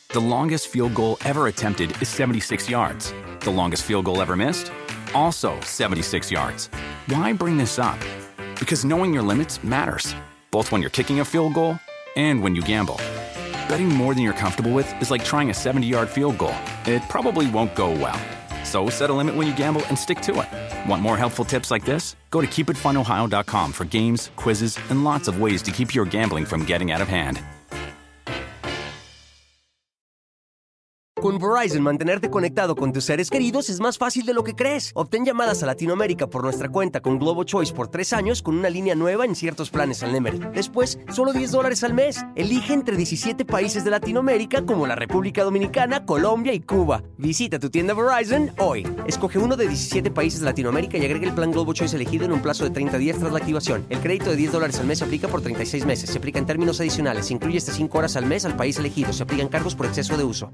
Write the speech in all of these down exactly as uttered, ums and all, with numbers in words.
The longest field goal ever attempted is seventy-six yards. The longest field goal ever missed? Also seventy-six yards. Why bring this up? Because knowing your limits matters, both when you're kicking a field goal and when you gamble. Betting more than you're comfortable with is like trying a seventy-yard field goal. It probably won't go well. So set a limit when you gamble and stick to it. Want more helpful tips like this? Go to keep it fun ohio dot com for games, quizzes, and lots of ways to keep your gambling from getting out of hand. Con Verizon, mantenerte conectado con tus seres queridos es más fácil de lo que crees. Obtén llamadas a Latinoamérica por nuestra cuenta con Globo Choice por tres años con una línea nueva en ciertos planes al Nemery. Después, solo diez dólares al mes. Elige entre diecisiete países de Latinoamérica como la República Dominicana, Colombia y Cuba. Visita tu tienda Verizon hoy. Escoge uno de diecisiete países de Latinoamérica y agrega el plan Globo Choice elegido en un plazo de treinta días tras la activación. El crédito de diez dólares al mes se aplica por treinta y seis meses. Se aplica en términos adicionales. Se incluye hasta cinco horas al mes al país elegido. Se aplican cargos por exceso de uso.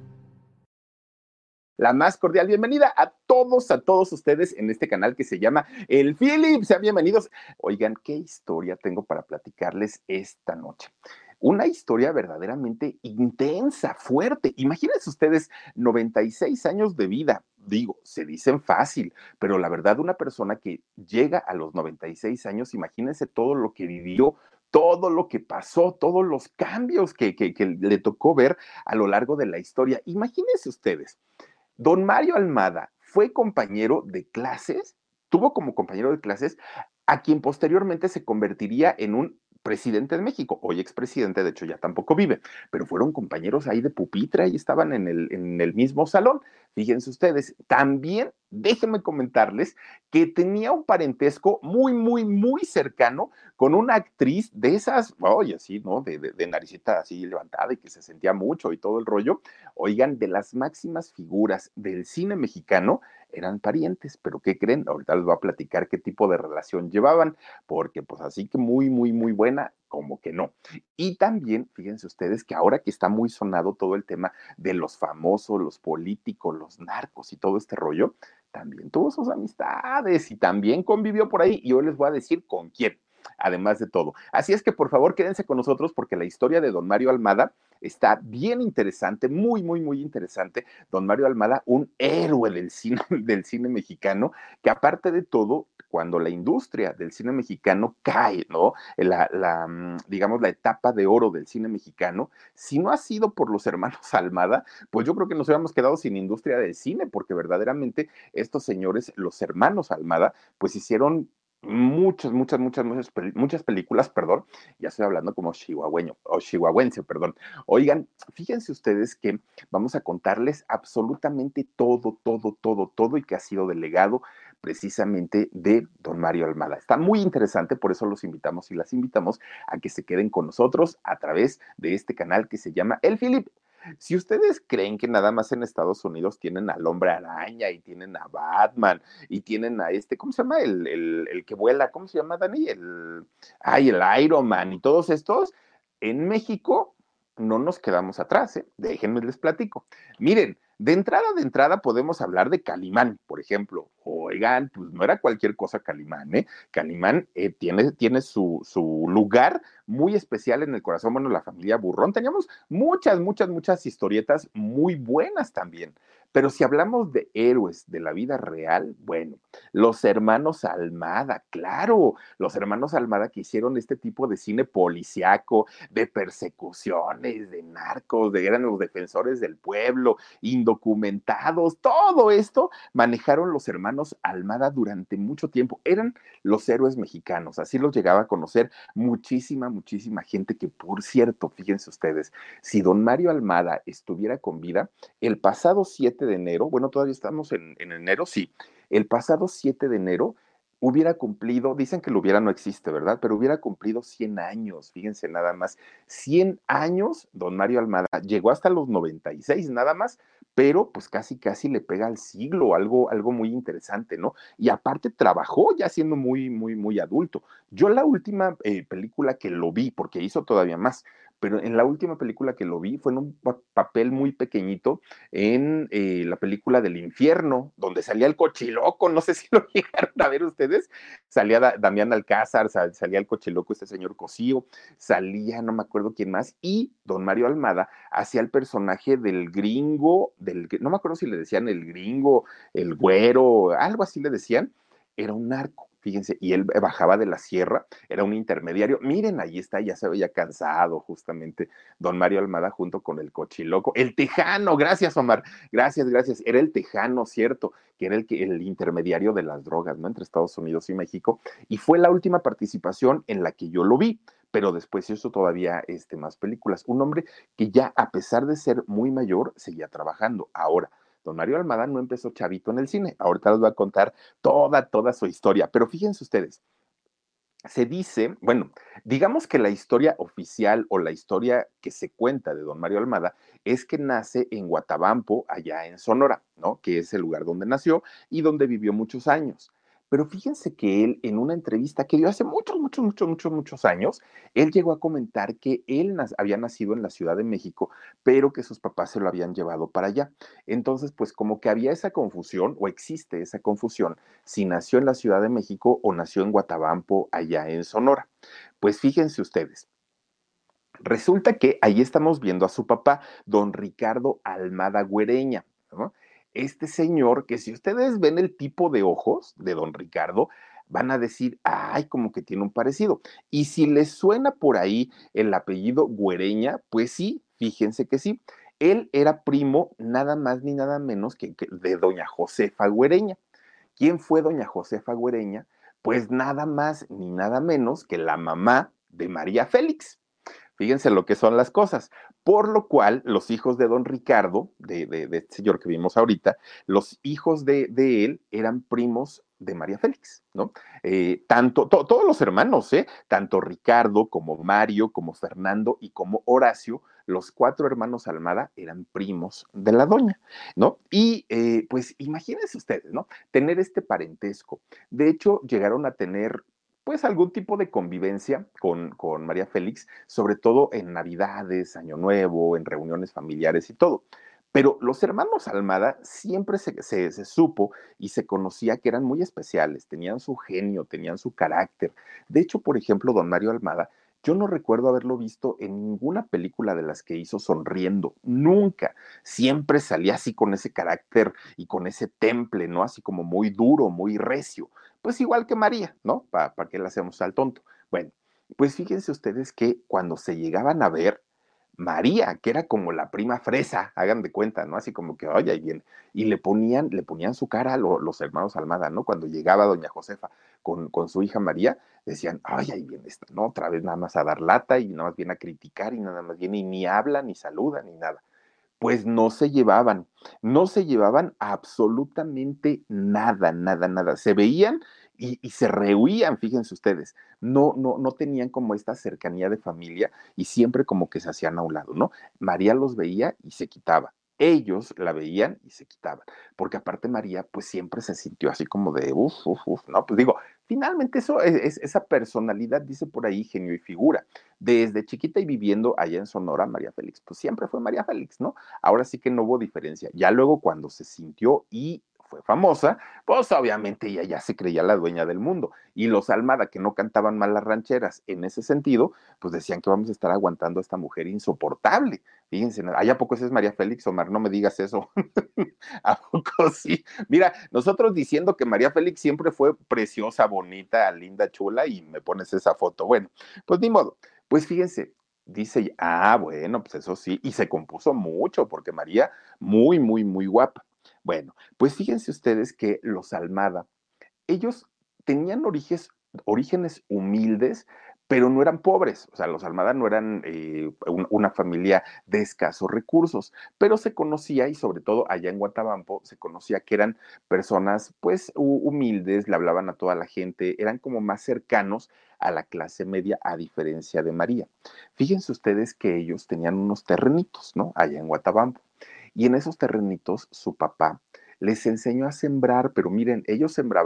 La más cordial bienvenida a todos, a todos ustedes en este canal que se llama El Philip. Sean bienvenidos. Oigan, qué historia tengo para platicarles esta noche. Una historia verdaderamente intensa, fuerte. Imagínense ustedes, noventa y seis años de vida. Digo, se dicen fácil, pero la verdad, una persona que llega a los noventa y seis años, imagínense todo lo que vivió, todo lo que pasó, todos los cambios que, que, que le tocó ver a lo largo de la historia. Imagínense ustedes. Don Mario Almada fue compañero de clases, tuvo como compañero de clases a quien posteriormente se convertiría en un presidente de México, hoy expresidente, de hecho ya tampoco vive, pero fueron compañeros ahí de pupitre y estaban en el, en el mismo salón. Fíjense ustedes, también déjenme comentarles que tenía un parentesco muy, muy, muy cercano con una actriz de esas, oye, así, ¿no? De, de, de naricita así levantada y que se sentía mucho y todo el rollo. Oigan, de las máximas figuras del cine mexicano eran parientes, pero ¿qué creen? Ahorita les voy a platicar qué tipo de relación llevaban, porque pues así que muy, muy, muy buena, como que no. Y también, fíjense ustedes que ahora que está muy sonado todo el tema de los famosos, los políticos, los narcos y todo este rollo, también tuvo sus amistades y también convivió por ahí, y hoy les voy a decir con quién, además de todo. Así es que por favor quédense con nosotros porque la historia de don Mario Almada está bien interesante, muy, muy, muy interesante. Don Mario Almada, un héroe del cine, del cine mexicano, que aparte de todo, cuando la industria del cine mexicano cae, ¿no? La, la, digamos, la etapa de oro del cine mexicano, si no ha sido por los hermanos Almada, pues yo creo que nos hubiéramos quedado sin industria del cine, porque verdaderamente estos señores, los hermanos Almada, pues hicieron muchas, muchas, muchas, muchas, muchas películas, perdón, ya estoy hablando como chihuahueño, o chihuahuense, perdón. Oigan, fíjense ustedes que vamos a contarles absolutamente todo, todo, todo, todo, y que ha sido delegado precisamente de don Mario Almada. Está muy interesante, por eso los invitamos y las invitamos a que se queden con nosotros a través de este canal que se llama El Philip. Si ustedes creen que nada más en Estados Unidos tienen al Hombre Araña y tienen a Batman y tienen a este, ¿cómo se llama? El, el, el que vuela, ¿cómo se llama, Dani? El, ay, el Iron Man y todos estos, en México no nos quedamos atrás, ¿eh? Déjenme les platico. Miren, de entrada, de entrada podemos hablar de Calimán, por ejemplo. Oigan, pues no era cualquier cosa Calimán, ¿eh? Calimán eh, tiene, tiene su, su lugar muy especial en el corazón, bueno, la familia Burrón. Teníamos muchas, muchas, muchas historietas muy buenas también. Pero si hablamos de héroes de la vida real, bueno, los hermanos Almada, claro, los hermanos Almada que hicieron este tipo de cine policiaco, de persecuciones, de narcos, de eran los defensores del pueblo, indocumentados, todo esto manejaron los hermanos Almada durante mucho tiempo. Eran los héroes mexicanos, así los llegaba a conocer muchísima, muchísima gente que, por cierto, fíjense ustedes, si don Mario Almada estuviera con vida, el pasado siete de enero, bueno, todavía estamos en, en enero, sí, el pasado siete de enero hubiera cumplido, dicen que lo hubiera no existe, ¿verdad? Pero hubiera cumplido cien años, fíjense nada más, cien años, don Mario Almada, llegó hasta los noventa y seis nada más, pero pues casi, casi le pega al siglo, algo, algo muy interesante, ¿no? Y aparte trabajó ya siendo muy, muy, muy adulto. Yo la última eh, película que lo vi, porque hizo todavía más, pero en la última película que lo vi fue en un pa papel muy pequeñito en eh, la película del infierno, donde salía el cochiloco, no sé si lo llegaron a ver ustedes, salía da Damián Alcázar, sal salía el cochiloco, este señor Cosío, salía no me acuerdo quién más, y don Mario Almada hacía el personaje del gringo, del no me acuerdo si le decían el gringo, el güero, algo así le decían, era un narco, fíjense, y él bajaba de la sierra, era un intermediario. Miren, ahí está, ya se veía cansado justamente don Mario Almada junto con el cochiloco, el tejano, gracias Omar, gracias, gracias, era el tejano, cierto, que era el, que, el intermediario de las drogas, ¿no? Entre Estados Unidos y México, y fue la última participación en la que yo lo vi, pero después hizo todavía este, más películas. Un hombre que ya, a pesar de ser muy mayor, seguía trabajando. Ahora, don Mario Almada no empezó chavito en el cine. Ahorita les voy a contar toda, toda su historia. Pero fíjense ustedes, se dice, bueno, digamos que la historia oficial o la historia que se cuenta de don Mario Almada es que nace en Guatabampo, allá en Sonora, ¿no? Que es el lugar donde nació y donde vivió muchos años. Pero fíjense que él, en una entrevista que dio hace muchos, muchos, muchos, muchos, muchos años, él llegó a comentar que él nas había nacido en la Ciudad de México, pero que sus papás se lo habían llevado para allá. Entonces, pues como que había esa confusión, o existe esa confusión, si nació en la Ciudad de México o nació en Guatabampo, allá en Sonora. Pues fíjense ustedes, resulta que ahí estamos viendo a su papá, don Ricardo Almada Güereña, ¿no? Este señor, que si ustedes ven el tipo de ojos de don Ricardo, van a decir, ay, como que tiene un parecido. Y si les suena por ahí el apellido Güereña, pues sí, fíjense que sí. Él era primo nada más ni nada menos que, que de doña Josefa Güereña. ¿Quién fue doña Josefa Güereña? Pues nada más ni nada menos que la mamá de María Félix. Fíjense lo que son las cosas. Por lo cual, los hijos de don Ricardo, de, de, de este señor que vimos ahorita, los hijos de, de él eran primos de María Félix, ¿no? Eh, tanto, to, todos los hermanos, ¿eh? Tanto Ricardo como Mario, como Fernando y como Horacio, los cuatro hermanos Almada eran primos de la doña, ¿no? Y eh, pues imagínense ustedes, ¿no? Tener este parentesco. De hecho, llegaron a tener pues algún tipo de convivencia con, con María Félix, sobre todo en Navidades, Año Nuevo, en reuniones familiares y todo. Pero los hermanos Almada siempre se, se, se, supo y se conocía que eran muy especiales, tenían su genio, tenían su carácter. De hecho, por ejemplo, don Mario Almada, yo no recuerdo haberlo visto en ninguna película de las que hizo sonriendo, nunca. Siempre salía así con ese carácter y con ese temple, ¿no? Así como muy duro, muy recio. Pues igual que María, ¿no? ¿Para pa qué le hacemos al tonto? Bueno, pues fíjense ustedes que cuando se llegaban a ver, María, que era como la prima fresa, hagan de cuenta, ¿no? Así como que, oye, ahí viene. Y le ponían, le ponían su cara a lo, los hermanos Almada, ¿no? Cuando llegaba doña Josefa con, con su hija María, decían, ay, ahí viene esta, ¿no? Otra vez nada más a dar lata y nada más viene a criticar y nada más viene y ni habla, ni saluda, ni nada. Pues no se llevaban, no se llevaban absolutamente nada, nada, nada. Se veían y, y se rehuían, fíjense ustedes. No, no, no tenían como esta cercanía de familia y siempre como que se hacían a un lado, ¿no? María los veía y se quitaba. Ellos la veían y se quitaban, porque aparte María pues siempre se sintió así como de uff, uff, uff, ¿no? Pues digo, finalmente eso es, es, esa personalidad, dice por ahí, genio y figura. Desde chiquita y viviendo allá en Sonora, María Félix, pues siempre fue María Félix, ¿no? Ahora sí que no hubo diferencia. Ya luego cuando se sintió y fue famosa, pues obviamente ella ya se creía la dueña del mundo. Y los Almada, que no cantaban mal las rancheras en ese sentido, pues decían que vamos a estar aguantando a esta mujer insoportable. Fíjense, ¿allá a poco esa es María Félix, Omar? No me digas eso. ¿A poco sí? Mira, nosotros diciendo que María Félix siempre fue preciosa, bonita, linda, chula, y me pones esa foto. Bueno, pues ni modo. Pues fíjense, dice, ah, bueno, pues eso sí, y se compuso mucho, porque María, muy, muy, muy guapa. Bueno, pues fíjense ustedes que los Almada, ellos tenían orígenes, orígenes humildes, pero no eran pobres. O sea, los Almada no eran eh, un, una familia de escasos recursos, pero se conocía, y sobre todo allá en Guatabampo, se conocía que eran personas, pues, humildes, le hablaban a toda la gente, eran como más cercanos a la clase media, a diferencia de María. Fíjense ustedes que ellos tenían unos terrenitos, ¿no? Allá en Guatabampo. Y en esos terrenitos, su papá les enseñó a sembrar, pero miren, ellos sembraban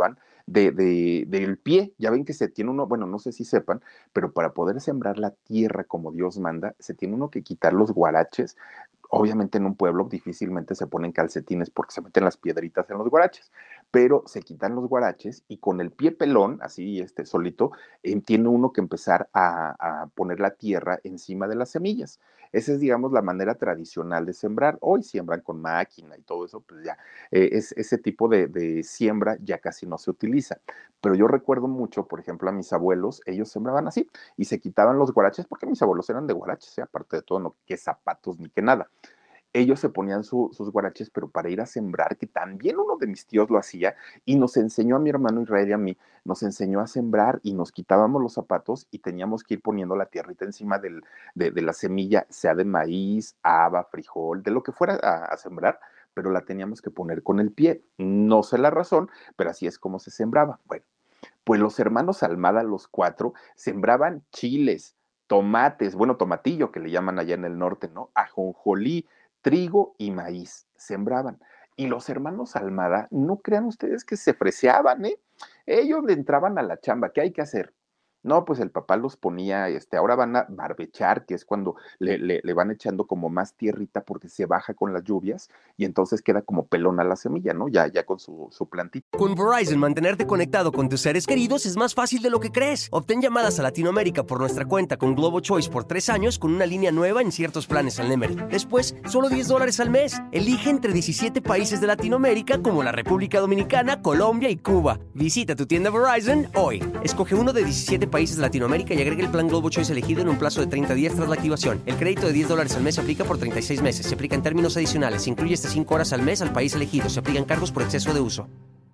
de, de, del pie. Ya ven que se tiene uno, bueno, no sé si sepan, pero para poder sembrar la tierra como Dios manda, se tiene uno que quitar los guaraches. Obviamente en un pueblo difícilmente se ponen calcetines porque se meten las piedritas en los guaraches, pero se quitan los guaraches y con el pie pelón, así este solito, eh, tiene uno que empezar a, a poner la tierra encima de las semillas. Esa es, digamos, la manera tradicional de sembrar. Hoy siembran con máquina y todo eso, pues ya, eh, es, ese tipo de, de siembra ya casi no se utiliza. Pero yo recuerdo mucho, por ejemplo, a mis abuelos, ellos sembraban así y se quitaban los guaraches porque mis abuelos eran de guaraches, ¿eh? Aparte de todo, no que zapatos ni que nada. Ellos se ponían su, sus guaraches, pero para ir a sembrar, que también uno de mis tíos lo hacía, y nos enseñó a mi hermano Israel y a mí, nos enseñó a sembrar y nos quitábamos los zapatos y teníamos que ir poniendo la tierrita encima del, de, de la semilla, sea de maíz, haba, frijol, de lo que fuera a, a sembrar, pero la teníamos que poner con el pie. No sé la razón, pero así es como se sembraba. Bueno, pues los hermanos Almada, los cuatro, sembraban chiles, tomates, bueno, tomatillo que le llaman allá en el norte, ¿no? Ajonjolí, trigo y maíz, sembraban. Y los hermanos Almada, no crean ustedes que se freseaban, ¿eh? Ellos le entraban a la chamba, ¿qué hay que hacer? No, pues el papá los ponía, este, ahora van a barbechar, que es cuando le, le, le van echando como más tierrita porque se baja con las lluvias y entonces queda como pelona la semilla, ¿no? Ya, ya con su, su plantita. Con Verizon, mantenerte conectado con tus seres queridos es más fácil de lo que crees. Obtén llamadas a Latinoamérica por nuestra cuenta con Globo Choice por tres años con una línea nueva en ciertos planes al Nemery. Después, solo diez dólares al mes. Elige entre diecisiete países de Latinoamérica como la República Dominicana, Colombia y Cuba. Visita tu tienda Verizon hoy. Escoge uno de diecisiete países de Latinoamérica y agrega el plan Globo Choice elegido en un plazo de treinta días tras la activación. El crédito de diez dólares al mes se aplica por treinta y seis meses. Se aplica en términos adicionales. Se incluye hasta cinco horas al mes al país elegido. Se aplican cargos por exceso de uso.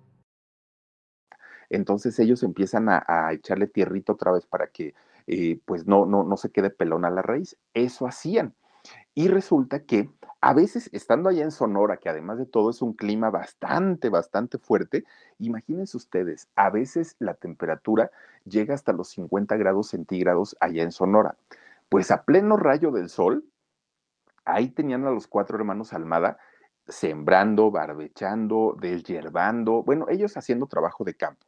Entonces ellos empiezan a, a echarle tierrita otra vez para que eh, pues no, no, no se quede pelón a la raíz. Eso hacían. Y resulta que a veces estando allá en Sonora, que además de todo es un clima bastante, bastante fuerte, imagínense ustedes, a veces la temperatura llega hasta los cincuenta grados centígrados allá en Sonora. Pues a pleno rayo del sol, ahí tenían a los cuatro hermanos Almada sembrando, barbechando, deshierbando, bueno, ellos haciendo trabajo de campo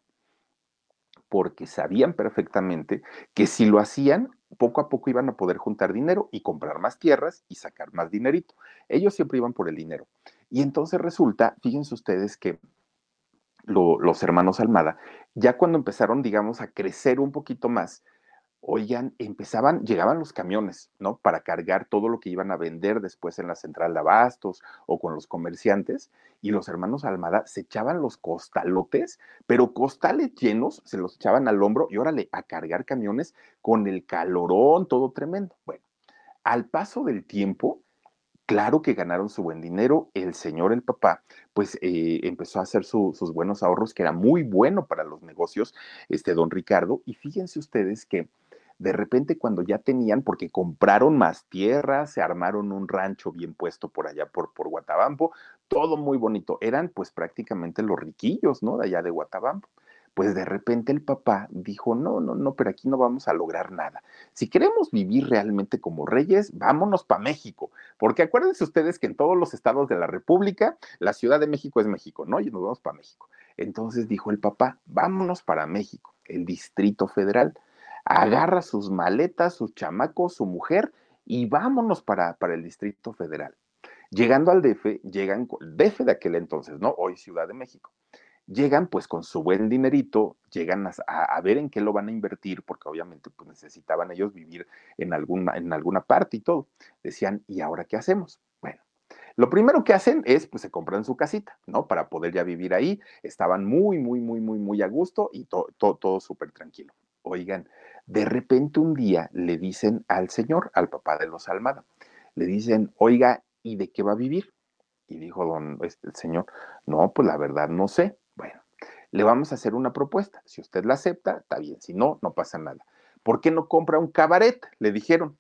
porque sabían perfectamente que si lo hacían, poco a poco iban a poder juntar dinero y comprar más tierras y sacar más dinerito. Ellos siempre iban por el dinero. Y entonces resulta, fíjense ustedes que lo, los hermanos Almada, ya cuando empezaron, digamos, a crecer un poquito más, oigan, empezaban, llegaban los camiones, ¿no? Para cargar todo lo que iban a vender después en la central de abastos o con los comerciantes, y los hermanos Almada se echaban los costalotes, pero costales llenos, se los echaban al hombro y órale, a cargar camiones con el calorón, todo tremendo. Bueno, al paso del tiempo, claro que ganaron su buen dinero, el señor, el papá, pues eh, empezó a hacer su, sus buenos ahorros, que era muy bueno para los negocios, este don Ricardo, y fíjense ustedes que de repente cuando ya tenían, porque compraron más tierra, se armaron un rancho bien puesto por allá por, por Guatabampo, todo muy bonito, eran pues prácticamente los riquillos, ¿no? De allá de Guatabampo. Pues de repente el papá dijo, no, no, no, pero aquí no vamos a lograr nada. Si queremos vivir realmente como reyes, vámonos para México, porque acuérdense ustedes que en todos los estados de la República, la Ciudad de México es México, ¿no? Y nos vamos para México. Entonces dijo el papá, vámonos para México, el Distrito Federal. Agarra sus maletas, sus chamacos, su mujer y vámonos para, para el Distrito Federal. Llegando al D F, llegan, D F de aquel entonces, ¿no? Hoy Ciudad de México. Llegan pues con su buen dinerito, llegan a, a, ver en qué lo van a invertir, porque obviamente pues necesitaban ellos vivir en alguna, en alguna parte y todo. Decían, ¿y ahora qué hacemos? Bueno, lo primero que hacen es, pues se compran su casita, ¿no? Para poder ya vivir ahí. Estaban muy, muy, muy, muy, muy a gusto y to, to, todo súper tranquilo. Oigan, de repente un día le dicen al señor, al papá de los Almada, le dicen, oiga, ¿y de qué va a vivir? Y dijo don, este, el señor, no, pues la verdad no sé. Bueno, le vamos a hacer una propuesta. Si usted la acepta, está bien. Si no, no pasa nada. ¿Por qué no compra un cabaret? Le dijeron.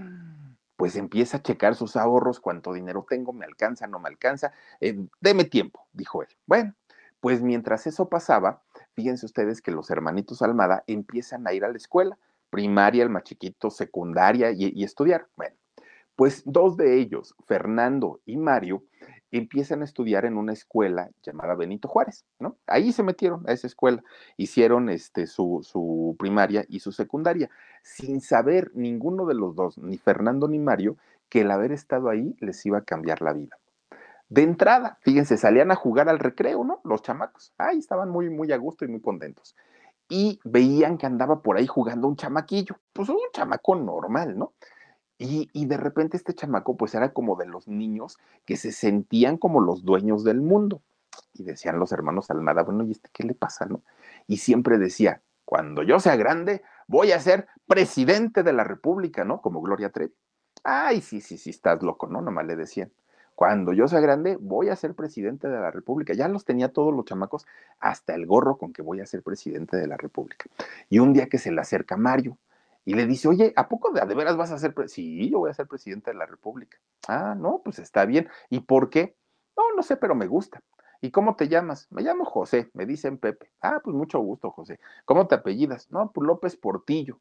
Pues empieza a checar sus ahorros, cuánto dinero tengo, me alcanza, no me alcanza. Eh, deme tiempo, dijo él. Bueno, pues mientras eso pasaba, fíjense ustedes que los hermanitos Almada empiezan a ir a la escuela, primaria, el más chiquito, secundaria y, y estudiar. Bueno, Pues dos de ellos, Fernando y Mario, empiezan a estudiar en una escuela llamada Benito Juárez, ¿no? Ahí se metieron a esa escuela, hicieron este, su, su primaria y su secundaria, sin saber ninguno de los dos, ni Fernando ni Mario, que el haber estado ahí les iba a cambiar la vida. De entrada, fíjense, salían a jugar al recreo, ¿no? Los chamacos. Ahí estaban muy, muy a gusto y muy contentos. Y veían que andaba por ahí jugando un chamaquillo, pues un chamaco normal, ¿no? Y, y de repente este chamaco pues era como de los niños que se sentían como los dueños del mundo. Y decían los hermanos Almada, bueno, ¿y este qué le pasa, no? Y siempre decía, cuando yo sea grande, voy a ser presidente de la República, ¿no? Como Gloria Trevi. Ay, sí, sí, sí, estás loco, ¿no? Nomás le decían. Cuando yo sea grande, voy a ser presidente de la República. Ya los tenía todos los chamacos, hasta el gorro con que voy a ser presidente de la República. Y un día que se le acerca Mario, y le dice, oye, ¿a poco de, de veras vas a ser? Pre sí, yo voy a ser presidente de la República. Ah, no, pues está bien. ¿Y por qué? No, no sé, pero me gusta. ¿Y cómo te llamas? Me llamo José, me dicen Pepe. Ah, pues mucho gusto, José. ¿Cómo te apellidas? No, pues López Portillo.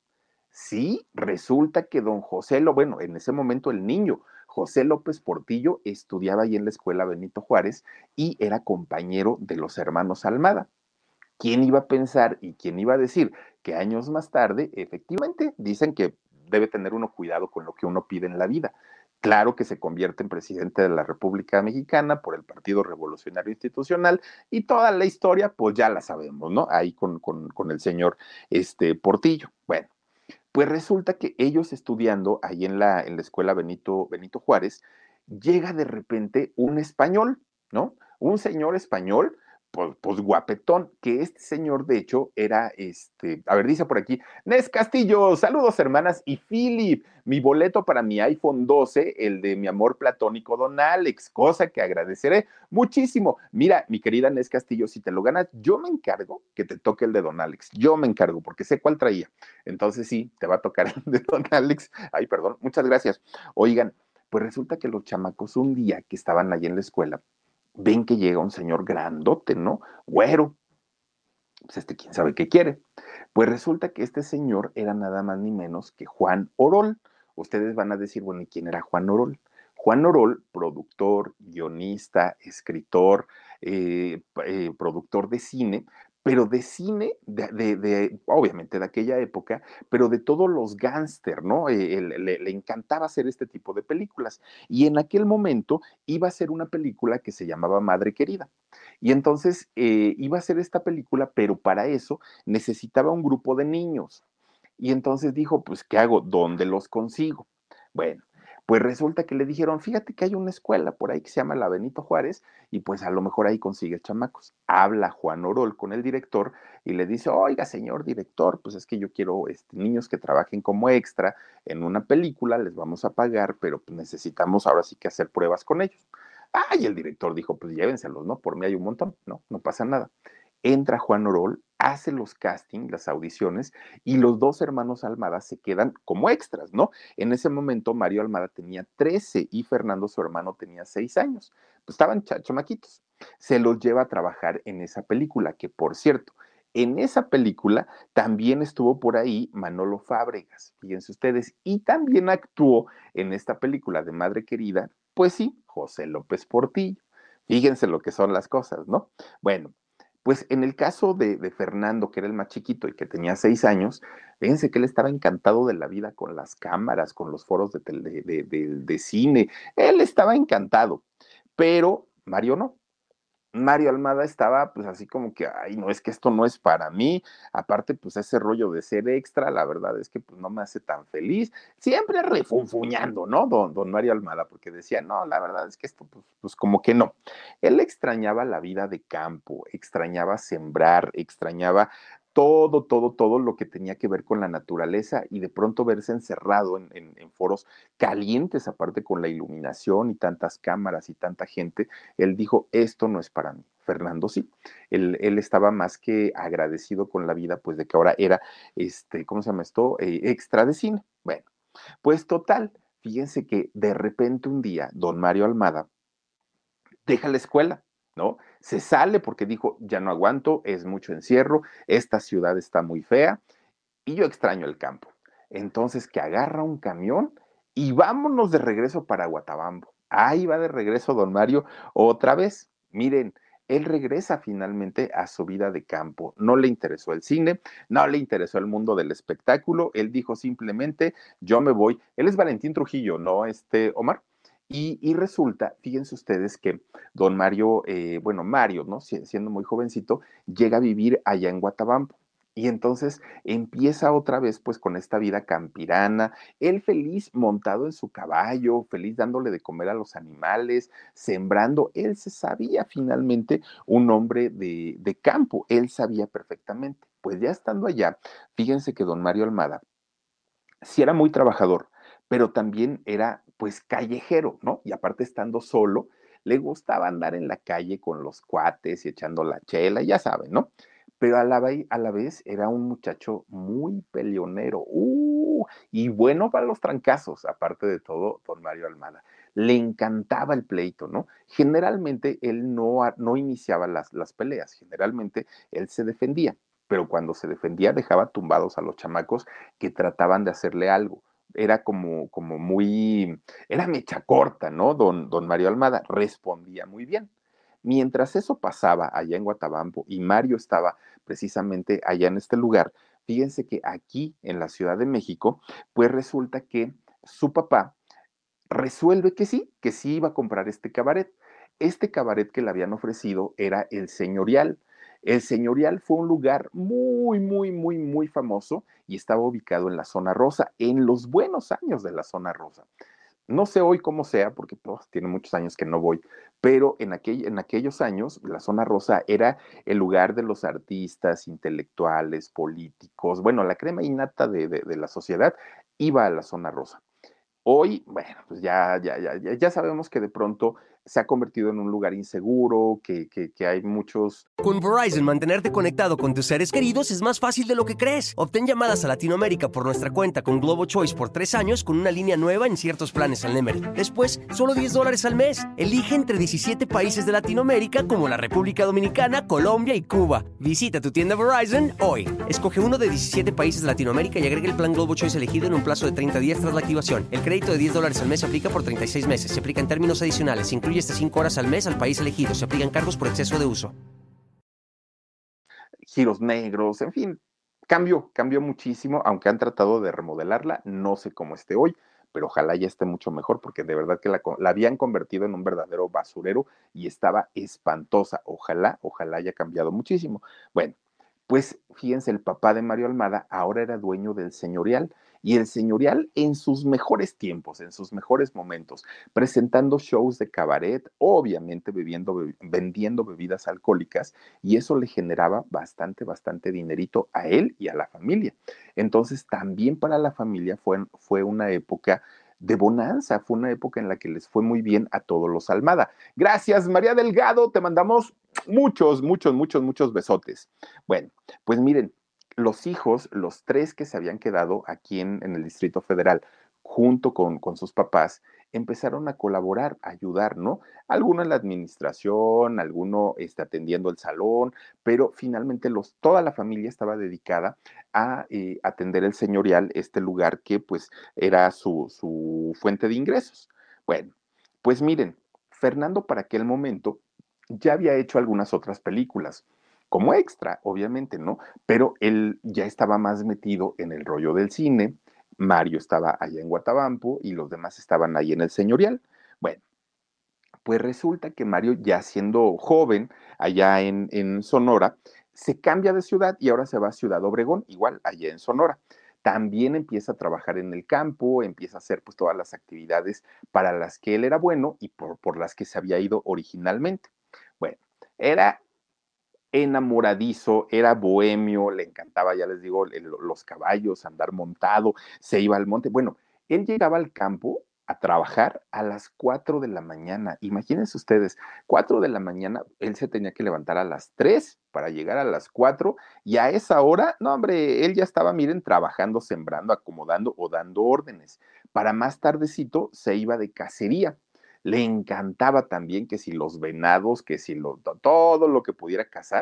Sí, resulta que don José, lo, bueno, en ese momento el niño, José López Portillo, estudiaba ahí en la escuela Benito Juárez y era compañero de los hermanos Almada. ¿Quién iba a pensar y quién iba a decir que años más tarde, efectivamente, dicen que debe tener uno cuidado con lo que uno pide en la vida? Claro que se convierte en presidente de la República Mexicana por el Partido Revolucionario Institucional y toda la historia, pues ya la sabemos, ¿no? Ahí con, con, con el señor este, Portillo. Bueno, pues resulta que ellos estudiando ahí en la, en la escuela Benito, Benito Juárez, llega de repente un español, ¿no? Un señor español, pues, pues guapetón, que este señor de hecho era, este, a ver, dice por aquí, Nes Castillo, saludos hermanas, y Philip, mi boleto para mi iPhone doce, el de mi amor platónico Don Alex, cosa que agradeceré muchísimo. Mira, mi querida Nes Castillo, si te lo ganas, yo me encargo que te toque el de Don Alex, yo me encargo, porque sé cuál traía. Entonces sí, te va a tocar el de Don Alex. Ay, perdón, muchas gracias. Oigan, pues resulta que los chamacos un día que estaban allí en la escuela, ven que llega un señor grandote, ¿no? Güero. Pues este, quién sabe qué quiere. Pues resulta que este señor era nada más ni menos que Juan Orol. Ustedes van a decir, bueno, ¿y quién era Juan Orol? Juan Orol, productor, guionista, escritor, eh, eh, productor de cine, pero de cine, de, de, de, obviamente de aquella época, pero de todos los gángster, ¿no? Eh, le, le encantaba hacer este tipo de películas. Y en aquel momento iba a ser una película que se llamaba Madre Querida. Y entonces eh, iba a hacer esta película, pero para eso necesitaba un grupo de niños. Y entonces dijo, pues, ¿qué hago? ¿Dónde los consigo? Bueno, pues resulta que le dijeron, fíjate que hay una escuela por ahí que se llama la Benito Juárez y pues a lo mejor ahí consigues chamacos. Habla Juan Orol con el director y le dice, oiga, señor director, pues es que yo quiero este, niños que trabajen como extra en una película, les vamos a pagar, pero pues necesitamos ahora sí que hacer pruebas con ellos. Ah, y el director dijo, pues llévenselos, ¿no? Por mí hay un montón, no, no pasa nada. Entra Juan Orol, hace los castings, las audiciones, y los dos hermanos Almada se quedan como extras, ¿no? En ese momento Mario Almada tenía trece y Fernando, su hermano, tenía seis años. Pues estaban chamaquitos. Se los lleva a trabajar en esa película, que por cierto, en esa película también estuvo por ahí Manolo Fábregas, fíjense ustedes, y también actuó en esta película de Madre Querida, pues sí, José López Portillo. Fíjense lo que son las cosas, ¿no? Bueno, pues en el caso de, de, Fernando, que era el más chiquito y que tenía seis años, fíjense que él estaba encantado de la vida con las cámaras, con los foros de, de, de, de, de cine. Él estaba encantado, pero Mario no. Mario Almada estaba pues así como que, ay, no, es que esto no es para mí, aparte pues ese rollo de ser extra, la verdad es que pues no me hace tan feliz, siempre refunfuñando, ¿no? Don, don Mario Almada, porque decía, no, la verdad es que esto pues, pues como que no. Él extrañaba la vida de campo, extrañaba sembrar, extrañaba todo, todo, todo lo que tenía que ver con la naturaleza y de pronto verse encerrado en, en, en foros calientes, aparte con la iluminación y tantas cámaras y tanta gente, él dijo, esto no es para mí. Fernando sí, él, él estaba más que agradecido con la vida, pues de que ahora era, este, ¿cómo se llama esto? Eh, extra de cine. Bueno, pues total, fíjense que de repente un día, don Mario Almada deja la escuela, ¿no? Se sale porque dijo, ya no aguanto, es mucho encierro, esta ciudad está muy fea y yo extraño el campo. Entonces que agarra un camión y vámonos de regreso para Guatabampo. Ahí va de regreso don Mario otra vez. Miren, él regresa finalmente a su vida de campo. No le interesó el cine, no le interesó el mundo del espectáculo. Él dijo simplemente, yo me voy. Él es Valentín Trujillo, ¿no? Este, Omar. Y, y resulta, fíjense ustedes que don Mario, eh, bueno, Mario, ¿no? Siendo muy jovencito, llega a vivir allá en Guatabampo. Y entonces empieza otra vez pues con esta vida campirana, él feliz montado en su caballo, feliz dándole de comer a los animales, sembrando. Él se sabía finalmente un hombre de, de campo, él sabía perfectamente. Pues ya estando allá, fíjense que don Mario Almada sí era muy trabajador, pero también era pues callejero, ¿no? Y aparte estando solo, le gustaba andar en la calle con los cuates y echando la chela, ya saben, ¿no? Pero a la, vez, a la vez era un muchacho muy peleonero, uh, y bueno para los trancazos, aparte de todo, don Mario Almada. Le encantaba el pleito, ¿no? Generalmente él no, no iniciaba las, las peleas, generalmente él se defendía, pero cuando se defendía dejaba tumbados a los chamacos que trataban de hacerle algo. Era como, como muy, era mecha corta, ¿no? Don, don Mario Almada respondía muy bien. Mientras eso pasaba allá en Guatabampo y Mario estaba precisamente allá en este lugar, fíjense que aquí en la Ciudad de México, pues resulta que su papá resuelve que sí, que sí iba a comprar este cabaret. Este cabaret que le habían ofrecido era el Señorial. El Señorial fue un lugar muy, muy, muy, muy famoso y estaba ubicado en la zona rosa, en los buenos años de la zona rosa. No sé hoy cómo sea, porque pues, tiene muchos años que no voy, pero en, aquel, en aquellos años la zona rosa era el lugar de los artistas, intelectuales, políticos, bueno, la crema innata de, de, de la sociedad iba a la zona rosa. Hoy, bueno, pues ya, ya, ya, ya sabemos que de pronto se ha convertido en un lugar inseguro, que, que, que hay muchos... Con Verizon, mantenerte conectado con tus seres queridos es más fácil de lo que crees. Obtén llamadas a Latinoamérica por nuestra cuenta con Globo Choice por tres años con una línea nueva en ciertos planes al Nemery. Después, solo diez dólares al mes. Elige entre diecisiete países de Latinoamérica como la República Dominicana, Colombia y Cuba. Visita tu tienda Verizon hoy. Escoge uno de diecisiete países de Latinoamérica y agrega el plan Globo Choice elegido en un plazo de treinta días tras la activación. El crédito de diez dólares al mes se aplica por treinta y seis meses. Se aplica en términos adicionales. Se incluye hasta cinco horas al mes al país elegido. Se aplican cargos por exceso de uso. Giros negros, en fin, cambió, cambió muchísimo, aunque han tratado de remodelarla, no sé cómo esté hoy, pero ojalá ya esté mucho mejor, porque de verdad que la, la habían convertido en un verdadero basurero y estaba espantosa. Ojalá, ojalá haya cambiado muchísimo. Bueno, pues fíjense, el papá de Mario Almada ahora era dueño del Señorial y el Señorial en sus mejores tiempos, en sus mejores momentos, presentando shows de cabaret, obviamente bebiendo, be vendiendo bebidas alcohólicas y eso le generaba bastante, bastante dinerito a él y a la familia. Entonces también para la familia fue, fue una época de bonanza, fue una época en la que les fue muy bien a todos los Almada. Gracias, María Delgado, te mandamos muchos, muchos, muchos, muchos besotes. Bueno, pues miren, los hijos, los tres que se habían quedado aquí en, en el Distrito Federal, junto con, con sus papás, empezaron a colaborar, a ayudar, ¿no? Alguno en la administración, alguno este, atendiendo el salón, pero finalmente los, toda la familia estaba dedicada a eh, atender el señorial, este lugar que pues era su, su fuente de ingresos. Bueno, pues miren, Fernando para aquel momento ya había hecho algunas otras películas, como extra, obviamente, ¿no? Pero él ya estaba más metido en el rollo del cine, Mario estaba allá en Guatabampo y los demás estaban ahí en el señorial. Bueno, pues resulta que Mario, ya siendo joven, allá en, en Sonora, se cambia de ciudad y ahora se va a Ciudad Obregón, igual allá en Sonora. También empieza a trabajar en el campo, empieza a hacer pues todas las actividades para las que él era bueno y por, por las que se había ido originalmente. Bueno, era enamoradizo, era bohemio, le encantaba, ya les digo, el, los caballos, andar montado, se iba al monte. Bueno, él llegaba al campo a trabajar a las cuatro de la mañana. Imagínense ustedes, cuatro de la mañana, él se tenía que levantar a las tres para llegar a las cuatro y a esa hora, no hombre, él ya estaba, miren, trabajando, sembrando, acomodando o dando órdenes. Para más tardecito se iba de cacería. Le encantaba también que si los venados, que si lo, todo lo que pudiera cazar,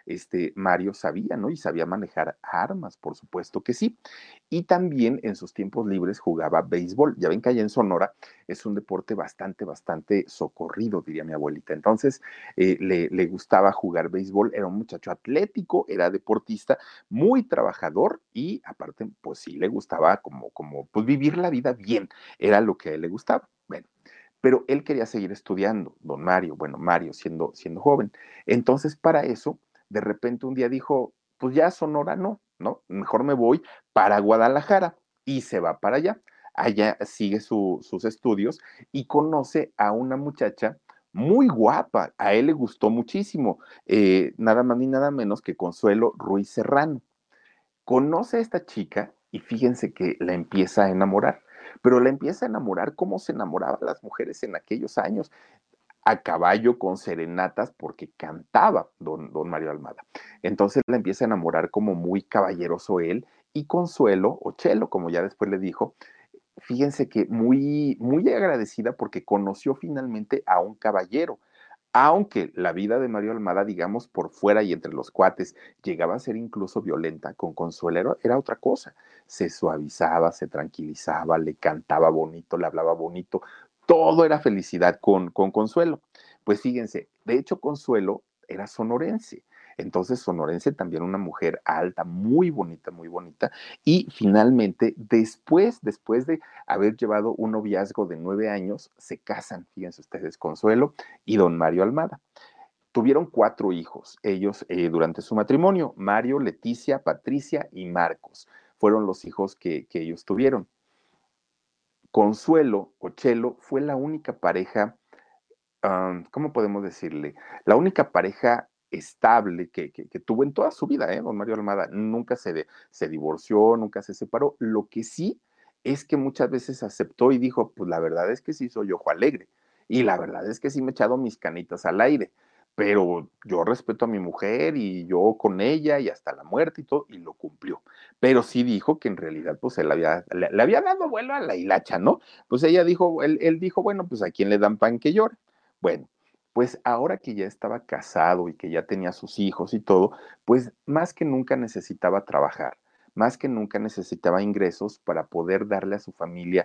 este Mario sabía, ¿no? Y sabía manejar armas, por supuesto que sí. Y también en sus tiempos libres jugaba béisbol. Ya ven que allá en Sonora es un deporte bastante, bastante socorrido, diría mi abuelita. Entonces, eh, le, le gustaba jugar béisbol, era un muchacho atlético, era deportista, muy trabajador y aparte, pues sí le gustaba como, como, pues vivir la vida bien, era lo que a él le gustaba. Bueno, pero él quería seguir estudiando, don Mario, bueno, Mario siendo, siendo joven. Entonces, para eso, de repente un día dijo, pues ya Sonora no, ¿no? Mejor me voy para Guadalajara y se va para allá. Allá sigue su, sus estudios y conoce a una muchacha muy guapa, a él le gustó muchísimo, eh, nada más ni nada menos que Consuelo Ruiz Serrano. Conoce a esta chica y fíjense que la empieza a enamorar, pero la empieza a enamorar como se enamoraban las mujeres en aquellos años, a caballo con serenatas porque cantaba don, don Mario Almada. Entonces la empieza a enamorar como muy caballeroso él y Consuelo, o Chelo, como ya después le dijo, fíjense que muy, muy agradecida porque conoció finalmente a un caballero. Aunque la vida de Mario Almada, digamos, por fuera y entre los cuates, llegaba a ser incluso violenta, con Consuelo era, era otra cosa. Se suavizaba, se tranquilizaba, le cantaba bonito, le hablaba bonito, todo era felicidad con, con Consuelo. Pues fíjense, de hecho Consuelo era sonorense. Entonces, sonorense también una mujer alta, muy bonita, muy bonita. Y finalmente, después, después de haber llevado un noviazgo de nueve años, se casan, fíjense ustedes, Consuelo y don Mario Almada. Tuvieron cuatro hijos, ellos eh, durante su matrimonio, Mario, Leticia, Patricia y Marcos. Fueron los hijos que, que ellos tuvieron. Consuelo o Chelo fue la única pareja, um, ¿cómo podemos decirle? La única pareja estable que, que, que, tuvo en toda su vida, ¿eh? Don Mario Almada nunca se, de, se divorció, nunca se separó. Lo que sí es que muchas veces aceptó y dijo, pues la verdad es que sí soy ojo alegre. Y la verdad es que sí me he echado mis canitas al aire. Pero yo respeto a mi mujer y yo con ella y hasta la muerte y todo, y lo cumplió. Pero sí dijo que en realidad, pues él había, le, le había dado vuelo a la hilacha, ¿no? Pues ella dijo, él, él dijo, bueno, pues a quién le dan pan que llore. Bueno, pues ahora que ya estaba casado y que ya tenía sus hijos y todo, pues más que nunca necesitaba trabajar, más que nunca necesitaba ingresos para poder darle a su familia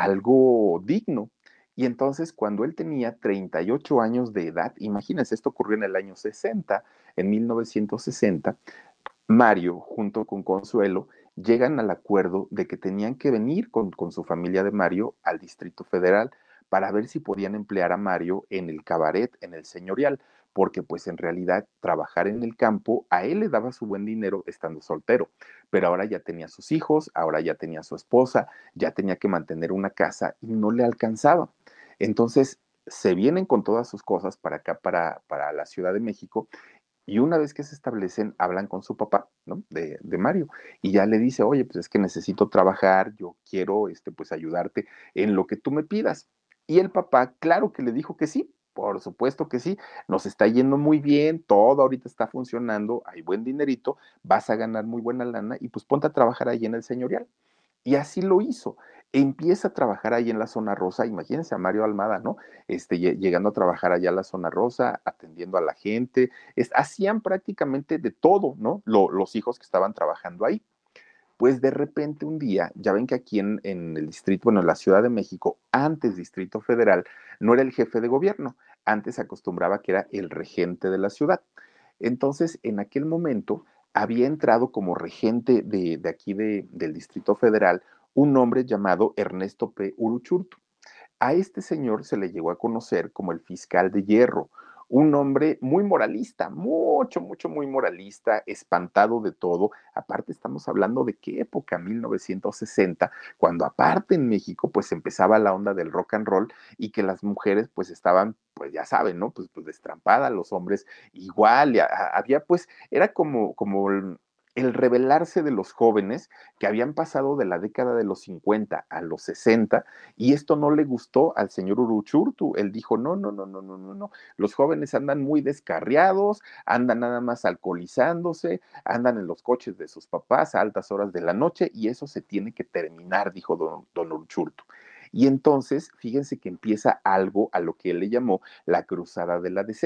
algo digno. Y entonces cuando él tenía treinta y ocho años de edad, imagínense, esto ocurrió en el año sesenta, en mil novecientos sesenta, Mario, junto con Consuelo, llegan al acuerdo de que tenían que venir con, con su familia de Mario al Distrito Federal para ver si podían emplear a Mario en el cabaret, en el señorial, porque pues en realidad trabajar en el campo a él le daba su buen dinero estando soltero, pero ahora ya tenía sus hijos, ahora ya tenía su esposa, ya tenía que mantener una casa y no le alcanzaba. Entonces se vienen con todas sus cosas para acá, para, para la Ciudad de México, y una vez que se establecen, hablan con su papá, ¿no? De, de Mario. Y ya le dice, oye, pues es que necesito trabajar, yo quiero, este, pues ayudarte en lo que tú me pidas. Y el papá, claro que le dijo que sí, por supuesto que sí, nos está yendo muy bien, todo ahorita está funcionando, hay buen dinerito, vas a ganar muy buena lana y pues ponte a trabajar ahí en el señorial. Y así lo hizo. Empieza a trabajar ahí en la zona rosa, imagínense a Mario Almada, ¿no? Este, llegando a trabajar allá en la zona rosa, atendiendo a la gente, es, hacían prácticamente de todo, ¿no? Lo, los hijos que estaban trabajando ahí. Pues de repente un día, ya ven que aquí en, en el distrito, bueno, en la Ciudad de México, antes Distrito Federal, no era el jefe de gobierno, antes se acostumbraba que era el regente de la ciudad. Entonces, en aquel momento, había entrado como regente de, de aquí de, del Distrito Federal un hombre llamado Ernesto P. Uruchurtu. A este señor se le llegó a conocer como el fiscal de hierro, un hombre muy moralista, mucho, mucho, muy moralista, espantado de todo. Aparte estamos hablando de qué época, mil novecientos sesenta, cuando aparte en México pues empezaba la onda del rock and roll y que las mujeres pues estaban, pues ya saben, ¿no? Pues, pues destrampadas, los hombres igual, y a, a, había pues, era como, como el, el rebelarse de los jóvenes que habían pasado de la década de los cincuenta a los sesenta, y esto no le gustó al señor Uruchurtu. Él dijo, no, no, no, no, no, no, no. Los jóvenes andan muy descarriados, andan nada más alcoholizándose, andan en los coches de sus papás a altas horas de la noche y eso se tiene que terminar, dijo don, don Uruchurtu. Y entonces, fíjense que empieza algo a lo que él le llamó la cruzada de la decencia.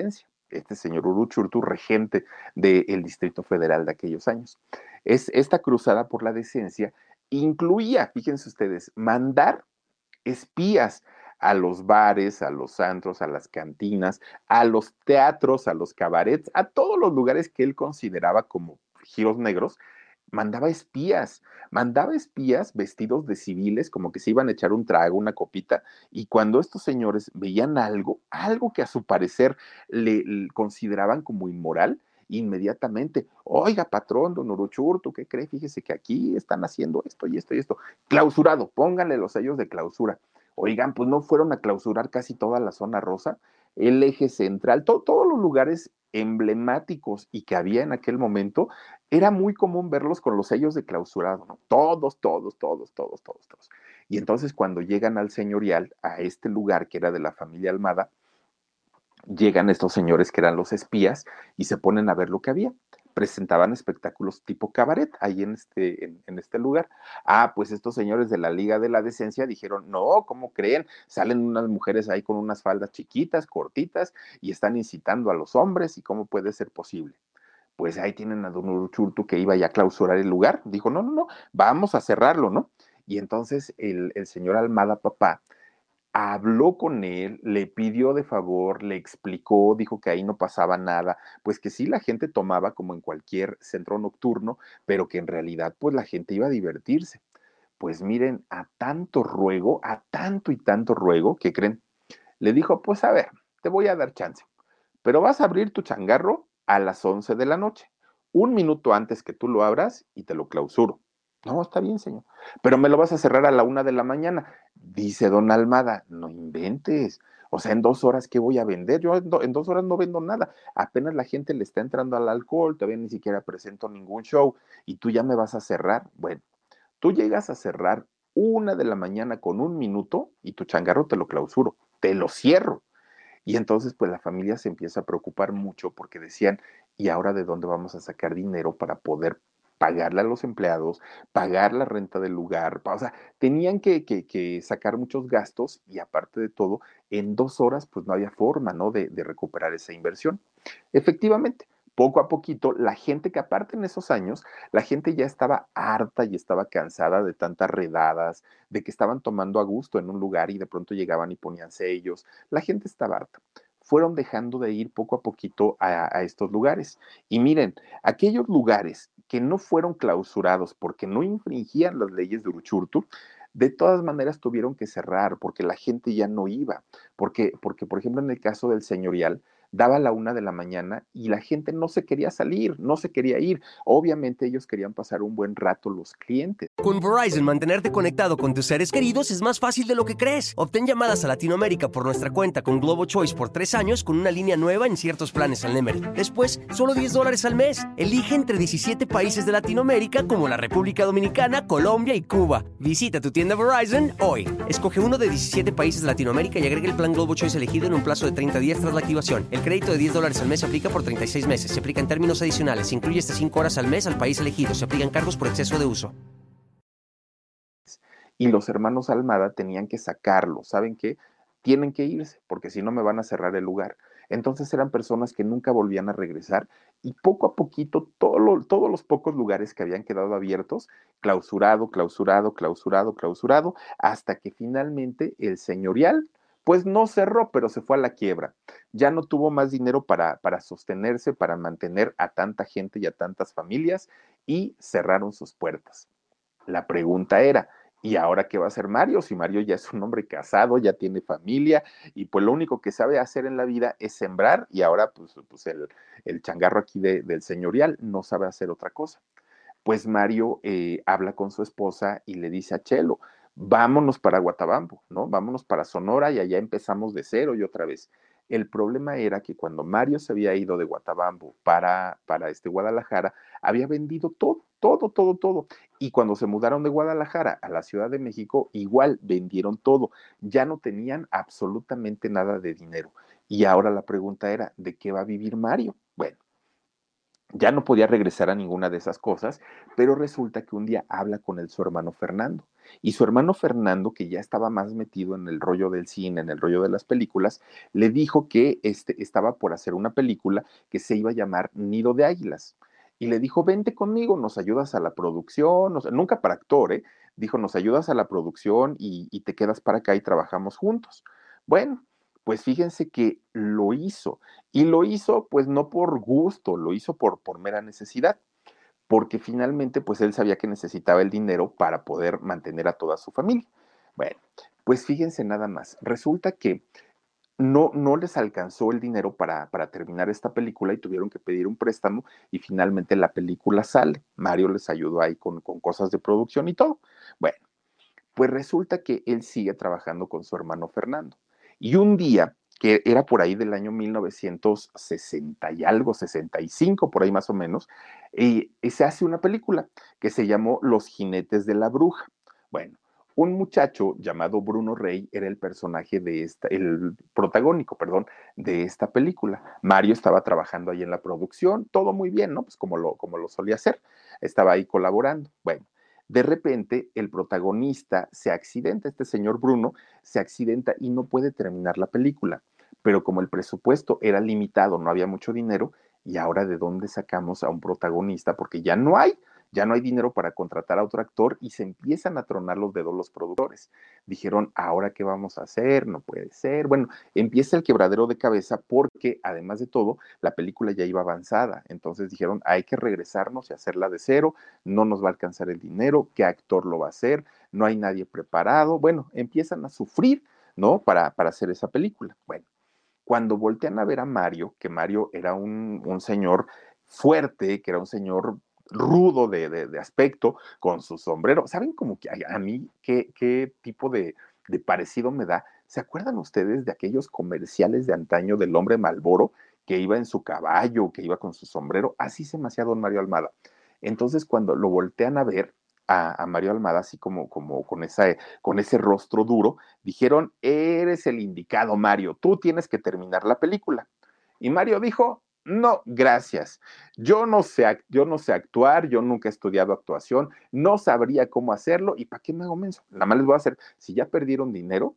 este señor Uruchurtu, regente del Distrito Federal de aquellos años. Es, esta cruzada por la decencia incluía, fíjense ustedes, mandar espías a los bares, a los antros, a las cantinas, a los teatros, a los cabarets, a todos los lugares que él consideraba como giros negros, mandaba espías, mandaba espías vestidos de civiles, como que se iban a echar un trago, una copita, y cuando estos señores veían algo, algo que a su parecer le, le consideraban como inmoral, inmediatamente, oiga, patrón, don Uruchurtu, ¿qué cree? Fíjese que aquí están haciendo esto y esto y esto. Clausurado, pónganle los sellos de clausura. Oigan, pues no fueron a clausurar casi toda la zona rosa, el eje central, to todos los lugares emblemáticos y que había en aquel momento, era muy común verlos con los sellos de clausurado, ¿no? Todos, todos, todos, todos, todos, todos. Y entonces cuando llegan al señorial, a este lugar que era de la familia Almada, llegan estos señores que eran los espías y se ponen a ver lo que había. Presentaban espectáculos tipo cabaret ahí en este, en, en este lugar. Ah, pues estos señores de la Liga de la Decencia dijeron, no, ¿cómo creen? Salen unas mujeres ahí con unas faldas chiquitas, cortitas, y están incitando a los hombres, ¿y cómo puede ser posible? Pues ahí tienen a don Uruchurtu que iba ya a clausurar el lugar. Dijo, no, no, no, vamos a cerrarlo, ¿no? Y entonces el, el señor Almada Papá habló con él, le pidió de favor, le explicó, dijo que ahí no pasaba nada, pues que sí la gente tomaba como en cualquier centro nocturno, pero que en realidad pues la gente iba a divertirse. Pues miren, a tanto ruego, a tanto y tanto ruego, ¿qué creen? Le dijo, pues a ver, te voy a dar chance, pero vas a abrir tu changarro a las once de la noche, un minuto antes que tú lo abras y te lo clausuro. No, está bien, señor, pero me lo vas a cerrar a la una de la mañana. Dice don Almada, no inventes. O sea, en dos horas, ¿qué voy a vender? Yo en, do, en dos horas no vendo nada. Apenas la gente le está entrando al alcohol, todavía ni siquiera presento ningún show y tú ya me vas a cerrar. Bueno, tú llegas a cerrar una de la mañana con un minuto y tu changarro te lo clausuro, te lo cierro. Y entonces, pues la familia se empieza a preocupar mucho porque decían, ¿y ahora de dónde vamos a sacar dinero para poder pagarle a los empleados, pagar la renta del lugar? O sea, tenían que, que, que sacar muchos gastos y aparte de todo, en dos horas, pues no había forma, ¿no? De, de recuperar esa inversión. Efectivamente, poco a poquito, la gente que aparte en esos años, la gente ya estaba harta y estaba cansada de tantas redadas, de que estaban tomando a gusto en un lugar y de pronto llegaban y ponían sellos. La gente estaba harta. Fueron dejando de ir poco a poquito a, a estos lugares. Y miren, aquellos lugares que no fueron clausurados porque no infringían las leyes de Uruchurtu, de todas maneras tuvieron que cerrar porque la gente ya no iba. Porque, porque por ejemplo, en el caso del señorial, daba la una de la mañana y la gente no se quería salir, no se quería ir. Obviamente ellos querían pasar un buen rato los clientes. Con Verizon, mantenerte conectado con tus seres queridos es más fácil de lo que crees. Obtén llamadas a Latinoamérica por nuestra cuenta con Globo Choice por tres años con una línea nueva en ciertos planes al Nemery. Después, solo diez dólares al mes. Elige entre diecisiete países de Latinoamérica como la República Dominicana, Colombia y Cuba. Visita tu tienda Verizon hoy. Escoge uno de diecisiete países de Latinoamérica y agrega el plan Globo Choice elegido en un plazo de treinta días tras la activación. El crédito de diez dólares al mes se aplica por treinta y seis meses. Se aplica en términos adicionales. Se incluye hasta cinco horas al mes al país elegido. Se aplican cargos por exceso de uso. Y los hermanos Almada tenían que sacarlo. ¿Saben qué? Tienen que irse, porque si no me van a cerrar el lugar. Entonces eran personas que nunca volvían a regresar y poco a poquito todo lo, todos los pocos lugares que habían quedado abiertos, clausurado, clausurado, clausurado, clausurado, hasta que finalmente el señorial, pues no cerró, pero se fue a la quiebra. Ya no tuvo más dinero para, para sostenerse, para mantener a tanta gente y a tantas familias y cerraron sus puertas. La pregunta era, ¿y ahora qué va a hacer Mario? Si Mario ya es un hombre casado, ya tiene familia, y pues lo único que sabe hacer en la vida es sembrar, y ahora pues, pues el, el changarro aquí de, del señorial no sabe hacer otra cosa. Pues Mario eh, habla con su esposa y le dice a Chelo, vámonos para Guatabampo, ¿no? Vámonos para Sonora y allá empezamos de cero y otra vez. El problema era que cuando Mario se había ido de Guatabampo para, para este Guadalajara, había vendido todo, todo, todo, todo. Y cuando se mudaron de Guadalajara a la Ciudad de México, igual vendieron todo. Ya no tenían absolutamente nada de dinero. Y ahora la pregunta era, ¿de qué va a vivir Mario? Bueno, ya no podía regresar a ninguna de esas cosas, pero resulta que un día habla con él su hermano Fernando Y su hermano Fernando, que ya estaba más metido en el rollo del cine, en el rollo de las películas, le dijo que este, estaba por hacer una película que se iba a llamar Nido de Águilas. Y le dijo, vente conmigo, nos ayudas a la producción, o sea, nunca para actor, ¿eh? Dijo, nos ayudas a la producción y, y te quedas para acá y trabajamos juntos. Bueno, pues fíjense que lo hizo. Y lo hizo pues no por gusto, lo hizo por, por mera necesidad, porque finalmente pues él sabía que necesitaba el dinero para poder mantener a toda su familia. Bueno, pues fíjense nada más, resulta que no, no les alcanzó el dinero para, para terminar esta película y tuvieron que pedir un préstamo y finalmente la película sale. Mario les ayudó ahí con, con cosas de producción y todo. Bueno, pues resulta que él sigue trabajando con su hermano Fernando. Y un día, que era por ahí del año mil novecientos sesenta y algo, sesenta y cinco, por ahí más o menos, y, y se hace una película que se llamó Los Jinetes de la Bruja. Bueno, un muchacho llamado Bruno Rey era el personaje de esta, el protagónico, perdón, de esta película. Mario estaba trabajando ahí en la producción, todo muy bien, ¿no? Pues como lo, como lo solía hacer, estaba ahí colaborando. Bueno, de repente el protagonista se accidenta, este señor Bruno se accidenta y no puede terminar la película, pero como el presupuesto era limitado, no había mucho dinero, y ahora de dónde sacamos a un protagonista, porque ya no hay, ya no hay dinero para contratar a otro actor y se empiezan a tronar los dedos los productores. Dijeron, ¿ahora qué vamos a hacer? No puede ser. Bueno, empieza el quebradero de cabeza porque además de todo, la película ya iba avanzada. Entonces dijeron, hay que regresarnos y hacerla de cero, no nos va a alcanzar el dinero, ¿qué actor lo va a hacer? No hay nadie preparado. Bueno, empiezan a sufrir, ¿no? Para, para hacer esa película. Bueno, cuando voltean a ver a Mario, que Mario era un, un señor fuerte, que era un señor rudo de, de, de aspecto, con su sombrero. ¿Saben como que a, a mí qué, qué tipo de, de parecido me da? ¿Se acuerdan ustedes de aquellos comerciales de antaño del hombre Malboro que iba en su caballo, que iba con su sombrero? Así se me hacía don Mario Almada. Entonces, cuando lo voltean a ver, a, a Mario Almada, así como, como con, esa, con ese rostro duro, dijeron, eres el indicado, Mario, tú tienes que terminar la película. Y Mario dijo, no, gracias. Yo no sé, yo no sé actuar, yo nunca he estudiado actuación, no sabría cómo hacerlo, ¿y para qué me hago menso? Nada más les voy a hacer, si ya perdieron dinero,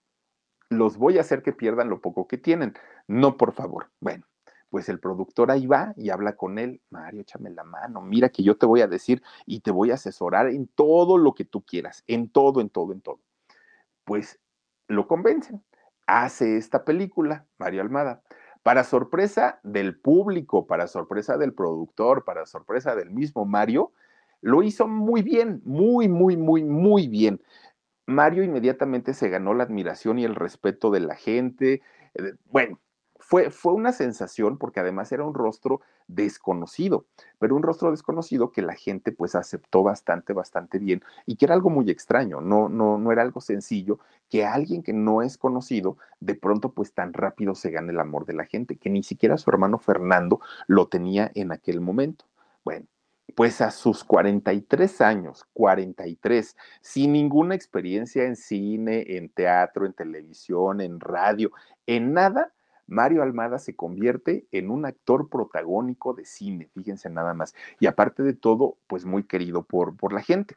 los voy a hacer que pierdan lo poco que tienen. No, por favor. Bueno, pues el productor ahí va y habla con él. Mario, échame la mano. Mira que yo te voy a decir y te voy a asesorar en todo lo que tú quieras. En todo, en todo, en todo. Pues lo convencen. Hace esta película, Mario Almada. Para sorpresa del público, para sorpresa del productor, para sorpresa del mismo Mario, lo hizo muy bien, muy, muy, muy, muy bien. Mario inmediatamente se ganó la admiración y el respeto de la gente. Eh, bueno, fue, fue una sensación porque además era un rostro desconocido, pero un rostro desconocido que la gente pues aceptó bastante, bastante bien y que era algo muy extraño, no, no, no era algo sencillo que alguien que no es conocido de pronto pues tan rápido se gane el amor de la gente, que ni siquiera su hermano Fernando lo tenía en aquel momento. Bueno, pues a sus cuarenta y tres años, cuarenta y tres, sin ninguna experiencia en cine, en teatro, en televisión, en radio, en nada, Mario Almada se convierte en un actor protagónico de cine, fíjense nada más. Y aparte de todo, pues muy querido por, por la gente.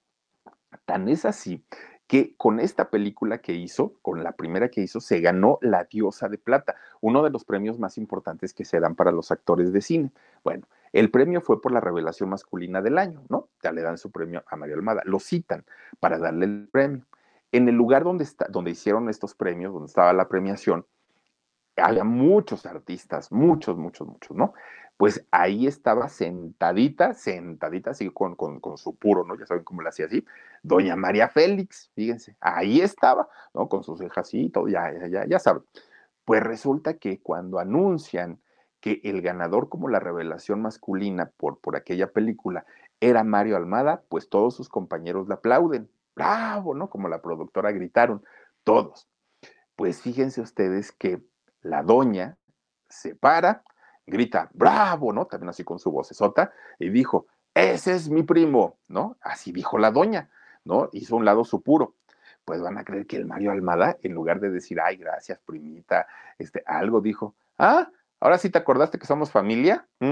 Tan es así que con esta película que hizo, con la primera que hizo, se ganó la Diosa de Plata, uno de los premios más importantes que se dan para los actores de cine. Bueno, el premio fue por la revelación masculina del año, ¿no? Ya le dan su premio a Mario Almada, lo citan para darle el premio. En el lugar donde, está, donde hicieron estos premios, donde estaba la premiación, había muchos artistas, muchos, muchos, muchos, ¿no? Pues ahí estaba sentadita, sentadita, así con, con, con su puro, ¿no? Ya saben cómo la hacía así, doña María Félix, fíjense, ahí estaba, ¿no? Con sus cejas y todo, ya, ya, ya, ya saben. Pues resulta que cuando anuncian que el ganador como la revelación masculina por, por aquella película era Mario Almada, pues todos sus compañeros le aplauden, bravo, ¿no? Como la productora gritaron, todos. Pues fíjense ustedes que la doña se para, grita, bravo, ¿no? También así con su vocesota, y dijo, ese es mi primo, ¿no? Así dijo la doña, ¿no? Hizo a un lado su puro. Pues van a creer que el Mario Almada, en lugar de decir, ay, gracias, primita, este, algo dijo, ah, ahora sí te acordaste que somos familia, ¿Mm?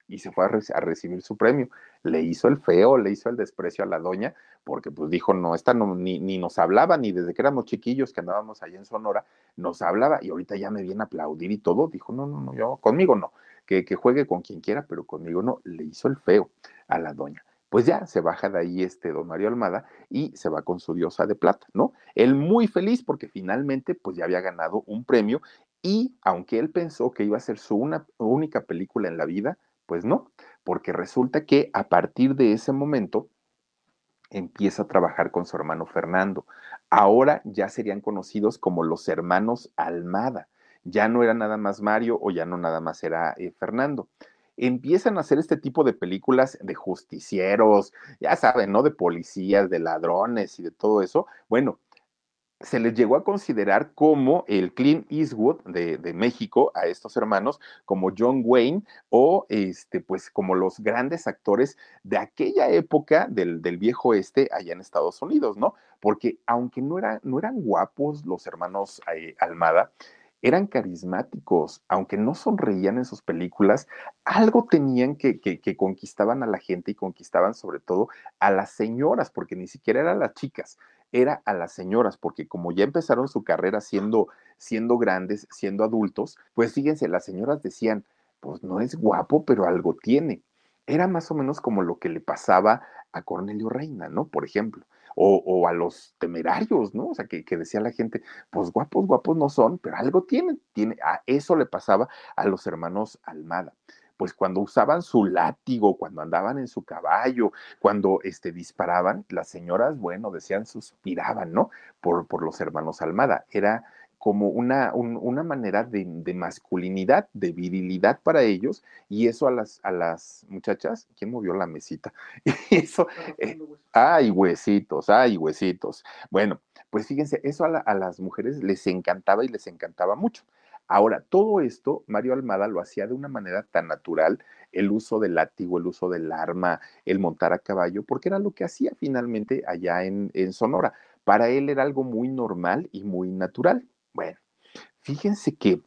y se fue a, re a recibir su premio. Le hizo el feo, le hizo el desprecio a la doña, porque pues dijo, no, esta no, ni, ni nos hablaba, ni desde que éramos chiquillos que andábamos allá en Sonora, nos hablaba, y ahorita ya me viene a aplaudir y todo. Dijo, no, no, no, yo, conmigo no, que, que juegue con quien quiera, pero conmigo no. Le hizo el feo a la doña. Pues ya se baja de ahí este don Mario Almada y se va con su diosa de plata, ¿no? Él muy feliz porque finalmente pues ya había ganado un premio, y aunque él pensó que iba a ser su una, única película en la vida, pues no, porque resulta que a partir de ese momento empieza a trabajar con su hermano Fernando. Ahora ya serían conocidos como los hermanos Almada. Ya no era nada más Mario, o ya no nada más era eh, Fernando. Empiezan a hacer este tipo de películas de justicieros, ya saben, ¿no? De policías, de ladrones y de todo eso. Bueno, se les llegó a considerar como el Clint Eastwood de, de México a estos hermanos, como John Wayne, o este, pues como los grandes actores de aquella época del, del viejo oeste allá en Estados Unidos, ¿no? Porque aunque no, era, no eran guapos los hermanos eh, Almada, eran carismáticos, aunque no sonreían en sus películas, algo tenían que, que, que conquistaban a la gente, y conquistaban sobre todo a las señoras, porque ni siquiera eran las chicas, era a las señoras, porque como ya empezaron su carrera siendo, siendo grandes, siendo adultos, pues fíjense, las señoras decían, pues no es guapo, pero algo tiene. Era más o menos como lo que le pasaba a Cornelio Reina, ¿no? Por ejemplo, o, o a los Temerarios, ¿no? O sea, que, que decía la gente, pues guapos, guapos no son, pero algo tienen, tiene, a eso le pasaba a los hermanos Almada. Pues cuando usaban su látigo, cuando andaban en su caballo, cuando este, disparaban, las señoras, bueno, decían, suspiraban, ¿no? Por, por los hermanos Almada. Era como una, un, una manera de, de, masculinidad, de virilidad para ellos, y eso a las, a las muchachas, ¿quién movió la mesita? Y eso, eh, ay, huesitos, ay, huesitos. Bueno, pues fíjense, eso a, la, a las mujeres les encantaba y les encantaba mucho. Ahora, todo esto, Mario Almada lo hacía de una manera tan natural, el uso del látigo, el uso del arma, el montar a caballo, porque era lo que hacía finalmente allá en, en Sonora. Para él era algo muy normal y muy natural. Bueno, fíjense que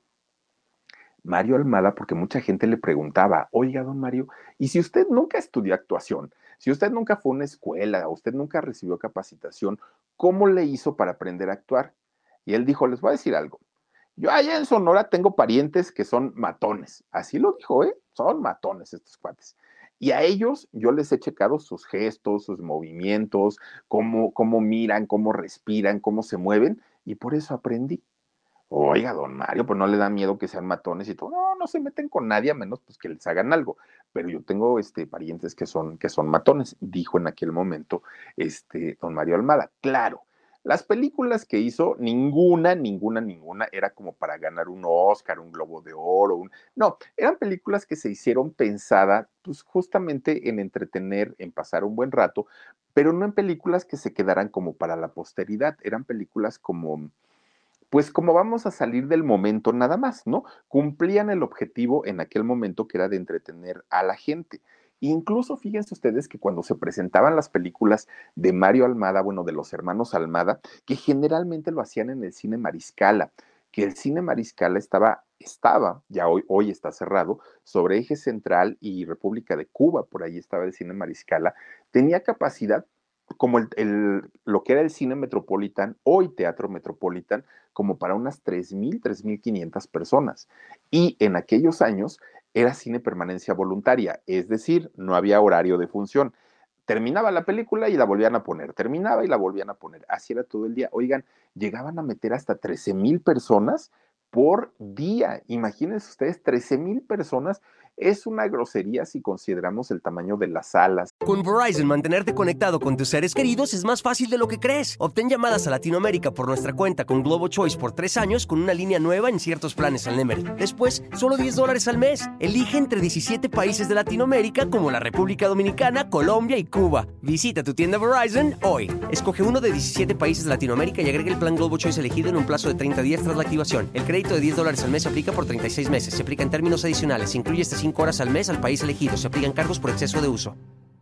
Mario Almada, porque mucha gente le preguntaba, oiga, don Mario, ¿y si usted nunca estudió actuación? Si usted nunca fue a una escuela, usted nunca recibió capacitación, ¿cómo le hizo para aprender a actuar? Y él dijo, les voy a decir algo. Yo allá en Sonora tengo parientes que son matones. Así lo dijo, ¿eh? Son matones estos cuates. Y a ellos yo les he checado sus gestos, sus movimientos, cómo, cómo miran, cómo respiran, cómo se mueven, y por eso aprendí. Oiga, don Mario, pues no le da miedo que sean matones y todo. No, no se meten con nadie a menos pues que les hagan algo. Pero yo tengo este, parientes que son, que son matones, dijo en aquel momento este, don Mario Almada. Claro, las películas que hizo, ninguna, ninguna, ninguna era como para ganar un Oscar, un Globo de Oro. Un... No, eran películas que se hicieron pensadas pues justamente en entretener, en pasar un buen rato, pero no en películas que se quedaran como para la posteridad. Eran películas como pues como vamos a salir del momento nada más, ¿no? Cumplían el objetivo en aquel momento, que era de entretener a la gente. Incluso fíjense ustedes que cuando se presentaban las películas de Mario Almada, bueno, de los hermanos Almada, que generalmente lo hacían en el cine Mariscala, que el cine Mariscala estaba, estaba, ya hoy, hoy está cerrado, sobre Eje Central y República de Cuba, por ahí estaba el cine Mariscala, tenía capacidad como el, el, lo que era el cine Metropolitan, hoy Teatro Metropolitan, como para unas tres mil, tres mil quinientas personas. Y en aquellos años era cine permanencia voluntaria, es decir, no había horario de función. Terminaba la película y la volvían a poner, terminaba y la volvían a poner. Así era todo el día. Oigan, llegaban a meter hasta trece mil personas por día. Imagínense ustedes, trece mil personas. Es una grosería si consideramos el tamaño de las salas. Con Verizon, mantenerte conectado con tus seres queridos es más fácil de lo que crees. Obtén llamadas a Latinoamérica por nuestra cuenta con Globo Choice por tres años con una línea nueva en ciertos planes al Nemery. Después, solo diez dólares al mes. Elige entre diecisiete países de Latinoamérica como la República Dominicana, Colombia y Cuba. Visita tu tienda Verizon hoy. Escoge uno de diecisiete países de Latinoamérica y agrega el plan Globo Choice elegido en un plazo de treinta días tras la activación. El crédito de diez dólares al mes se aplica por treinta y seis meses. Se aplica en términos adicionales. Se incluye hasta cinco horas al mes al país elegido. Se aplican cargos por exceso de uso.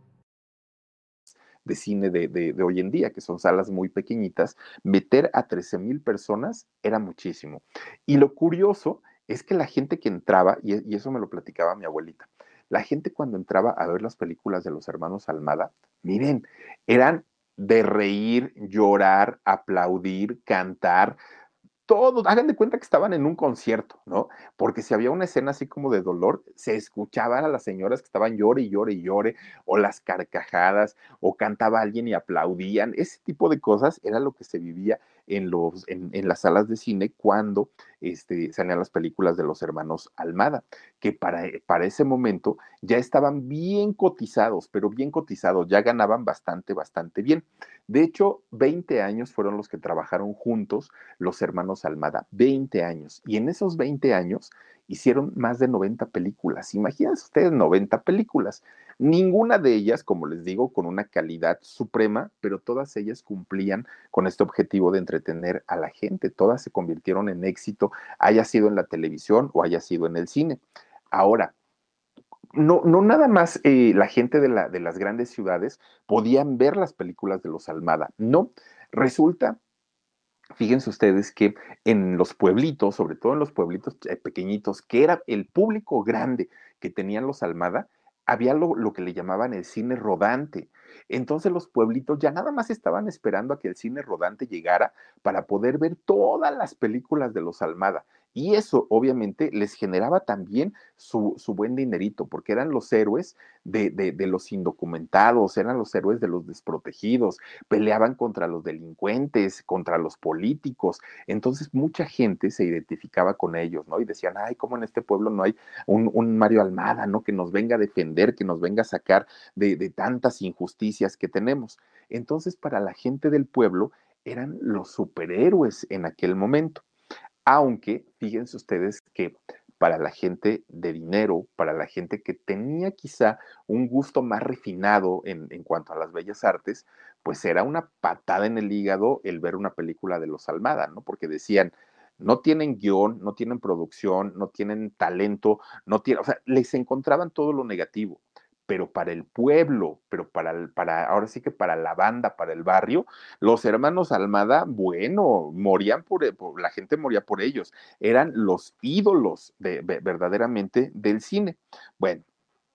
De cine de, de, de hoy en día, que son salas muy pequeñitas, meter a trece mil personas era muchísimo. Y lo curioso es que la gente que entraba, y, y eso me lo platicaba mi abuelita, La gente cuando entraba a ver las películas de los hermanos Almada, miren, eran de reír, llorar, aplaudir, cantar, todos, hagan de cuenta que estaban en un concierto, ¿no? Porque si había una escena así como de dolor, se escuchaban a las señoras que estaban llore y llore y llore, o las carcajadas, o cantaba alguien y aplaudían. Ese tipo de cosas era lo que se vivía en, los, en, en las salas de cine cuando este, salían las películas de los hermanos Almada, que para, para ese momento ya estaban bien cotizados, pero bien cotizados, ya ganaban bastante, bastante bien. De hecho, veinte años fueron los que trabajaron juntos los hermanos Almada, veinte años. Y en esos veinte años hicieron más de noventa películas. Imagínense ustedes noventa películas. Ninguna de ellas, como les digo, con una calidad suprema, pero todas ellas cumplían con este objetivo de entretener a la gente. Todas se convirtieron en éxito, haya sido en la televisión o haya sido en el cine. Ahora, no, no nada más eh, la gente de, la, de las grandes ciudades podían ver las películas de los Almada. No, resulta fíjense ustedes que en los pueblitos, sobre todo en los pueblitos eh, pequeñitos, que era el público grande que tenían los Almada, había lo, lo, que le llamaban el cine rodante. Entonces los pueblitos ya nada más estaban esperando a que el cine rodante llegara para poder ver todas las películas de los Almada. Y eso obviamente les generaba también su, su buen dinerito, porque eran los héroes de, de, de los indocumentados, eran los héroes de los desprotegidos, peleaban contra los delincuentes, contra los políticos. Entonces mucha gente se identificaba con ellos, ¿no? Y decían, ay, ¿cómo en este pueblo no hay un, un Mario Almada, ¿no? Que nos venga a defender, que nos venga a sacar de, de tantas injusticias que tenemos. Entonces para la gente del pueblo eran los superhéroes en aquel momento. Aunque fíjense ustedes que para la gente de dinero, para la gente que tenía quizá un gusto más refinado en, en cuanto a las bellas artes, pues era una patada en el hígado el ver una película de los Almada, ¿no? Porque decían, no tienen guión, no tienen producción, no tienen talento, no tienen, o sea, les encontraban todo lo negativo. Pero para el pueblo, pero para, el, para, ahora sí que para la banda, para el barrio, los hermanos Almada, bueno, morían por, por la gente moría por ellos, eran los ídolos de, de, verdaderamente del cine. Bueno,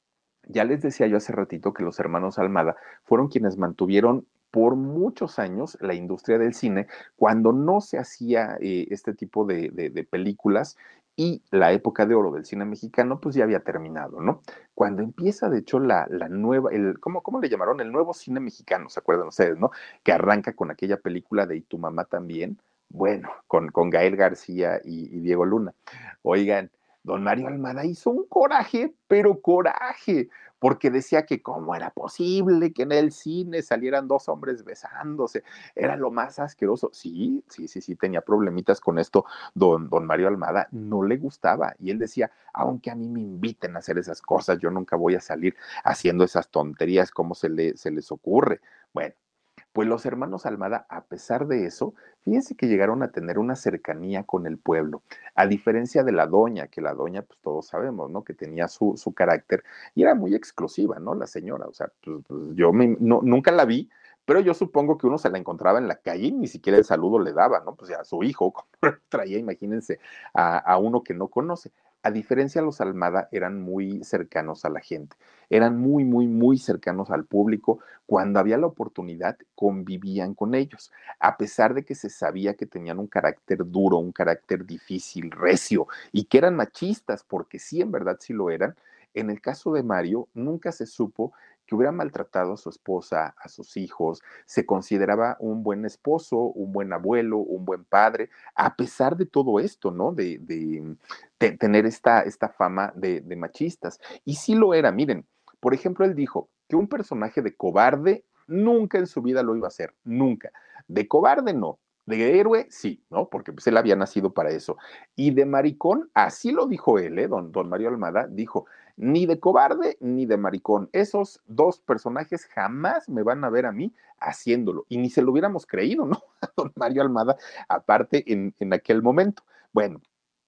ya les decía yo hace ratito que los hermanos Almada fueron quienes mantuvieron por muchos años la industria del cine cuando no se hacía eh, este tipo de, de, de películas y la época de oro del cine mexicano pues ya había terminado, ¿no? Cuando empieza de hecho la, la nueva, el, ¿cómo, ¿cómo le llamaron? El nuevo cine mexicano, ¿se acuerdan ustedes, no? Que arranca con aquella película de Y tu mamá también, bueno, con, con Gael García y, y Diego Luna. Oigan, don Mario Almada hizo un coraje, pero coraje, porque decía que cómo era posible que en el cine salieran dos hombres besándose, era lo más asqueroso. Sí, sí, sí, sí, tenía problemitas con esto, don, don Mario Almada, no le gustaba, y él decía, aunque a mí me inviten a hacer esas cosas, yo nunca voy a salir haciendo esas tonterías, como se, le, se les ocurre. Bueno, pues los hermanos Almada, a pesar de eso, fíjense que llegaron a tener una cercanía con el pueblo, a diferencia de la doña, que la doña, pues todos sabemos, ¿no? Que tenía su, su carácter y era muy exclusiva, ¿no? La señora, o sea, pues, pues yo me, no, nunca la vi, pero yo supongo que uno se la encontraba en la calle y ni siquiera el saludo le daba, ¿no? Pues ya a su hijo, como lo traía, imagínense, a, a uno que no conoce. A diferencia, los Almada eran muy cercanos a la gente, eran muy, muy, muy cercanos al público. Cuando había la oportunidad, convivían con ellos, a pesar de que se sabía que tenían un carácter duro, un carácter difícil, recio, y que eran machistas, porque sí, en verdad sí lo eran. En el caso de Mario, nunca se supo que hubiera maltratado a su esposa, a sus hijos, se consideraba un buen esposo, un buen abuelo, un buen padre, a pesar de todo esto, ¿no? De, de, de tener esta, esta fama de, de machistas. Y sí lo era, miren, por ejemplo, él dijo que un personaje de cobarde nunca en su vida lo iba a hacer, nunca. De cobarde no, de héroe sí, ¿no? Porque pues él había nacido para eso. Y de maricón, así lo dijo él, ¿eh? Don, don Mario Almada dijo, ni de cobarde ni de maricón. Esos dos personajes jamás me van a ver a mí haciéndolo. Y ni se lo hubiéramos creído, ¿no? A don Mario Almada, aparte en, en aquel momento. Bueno,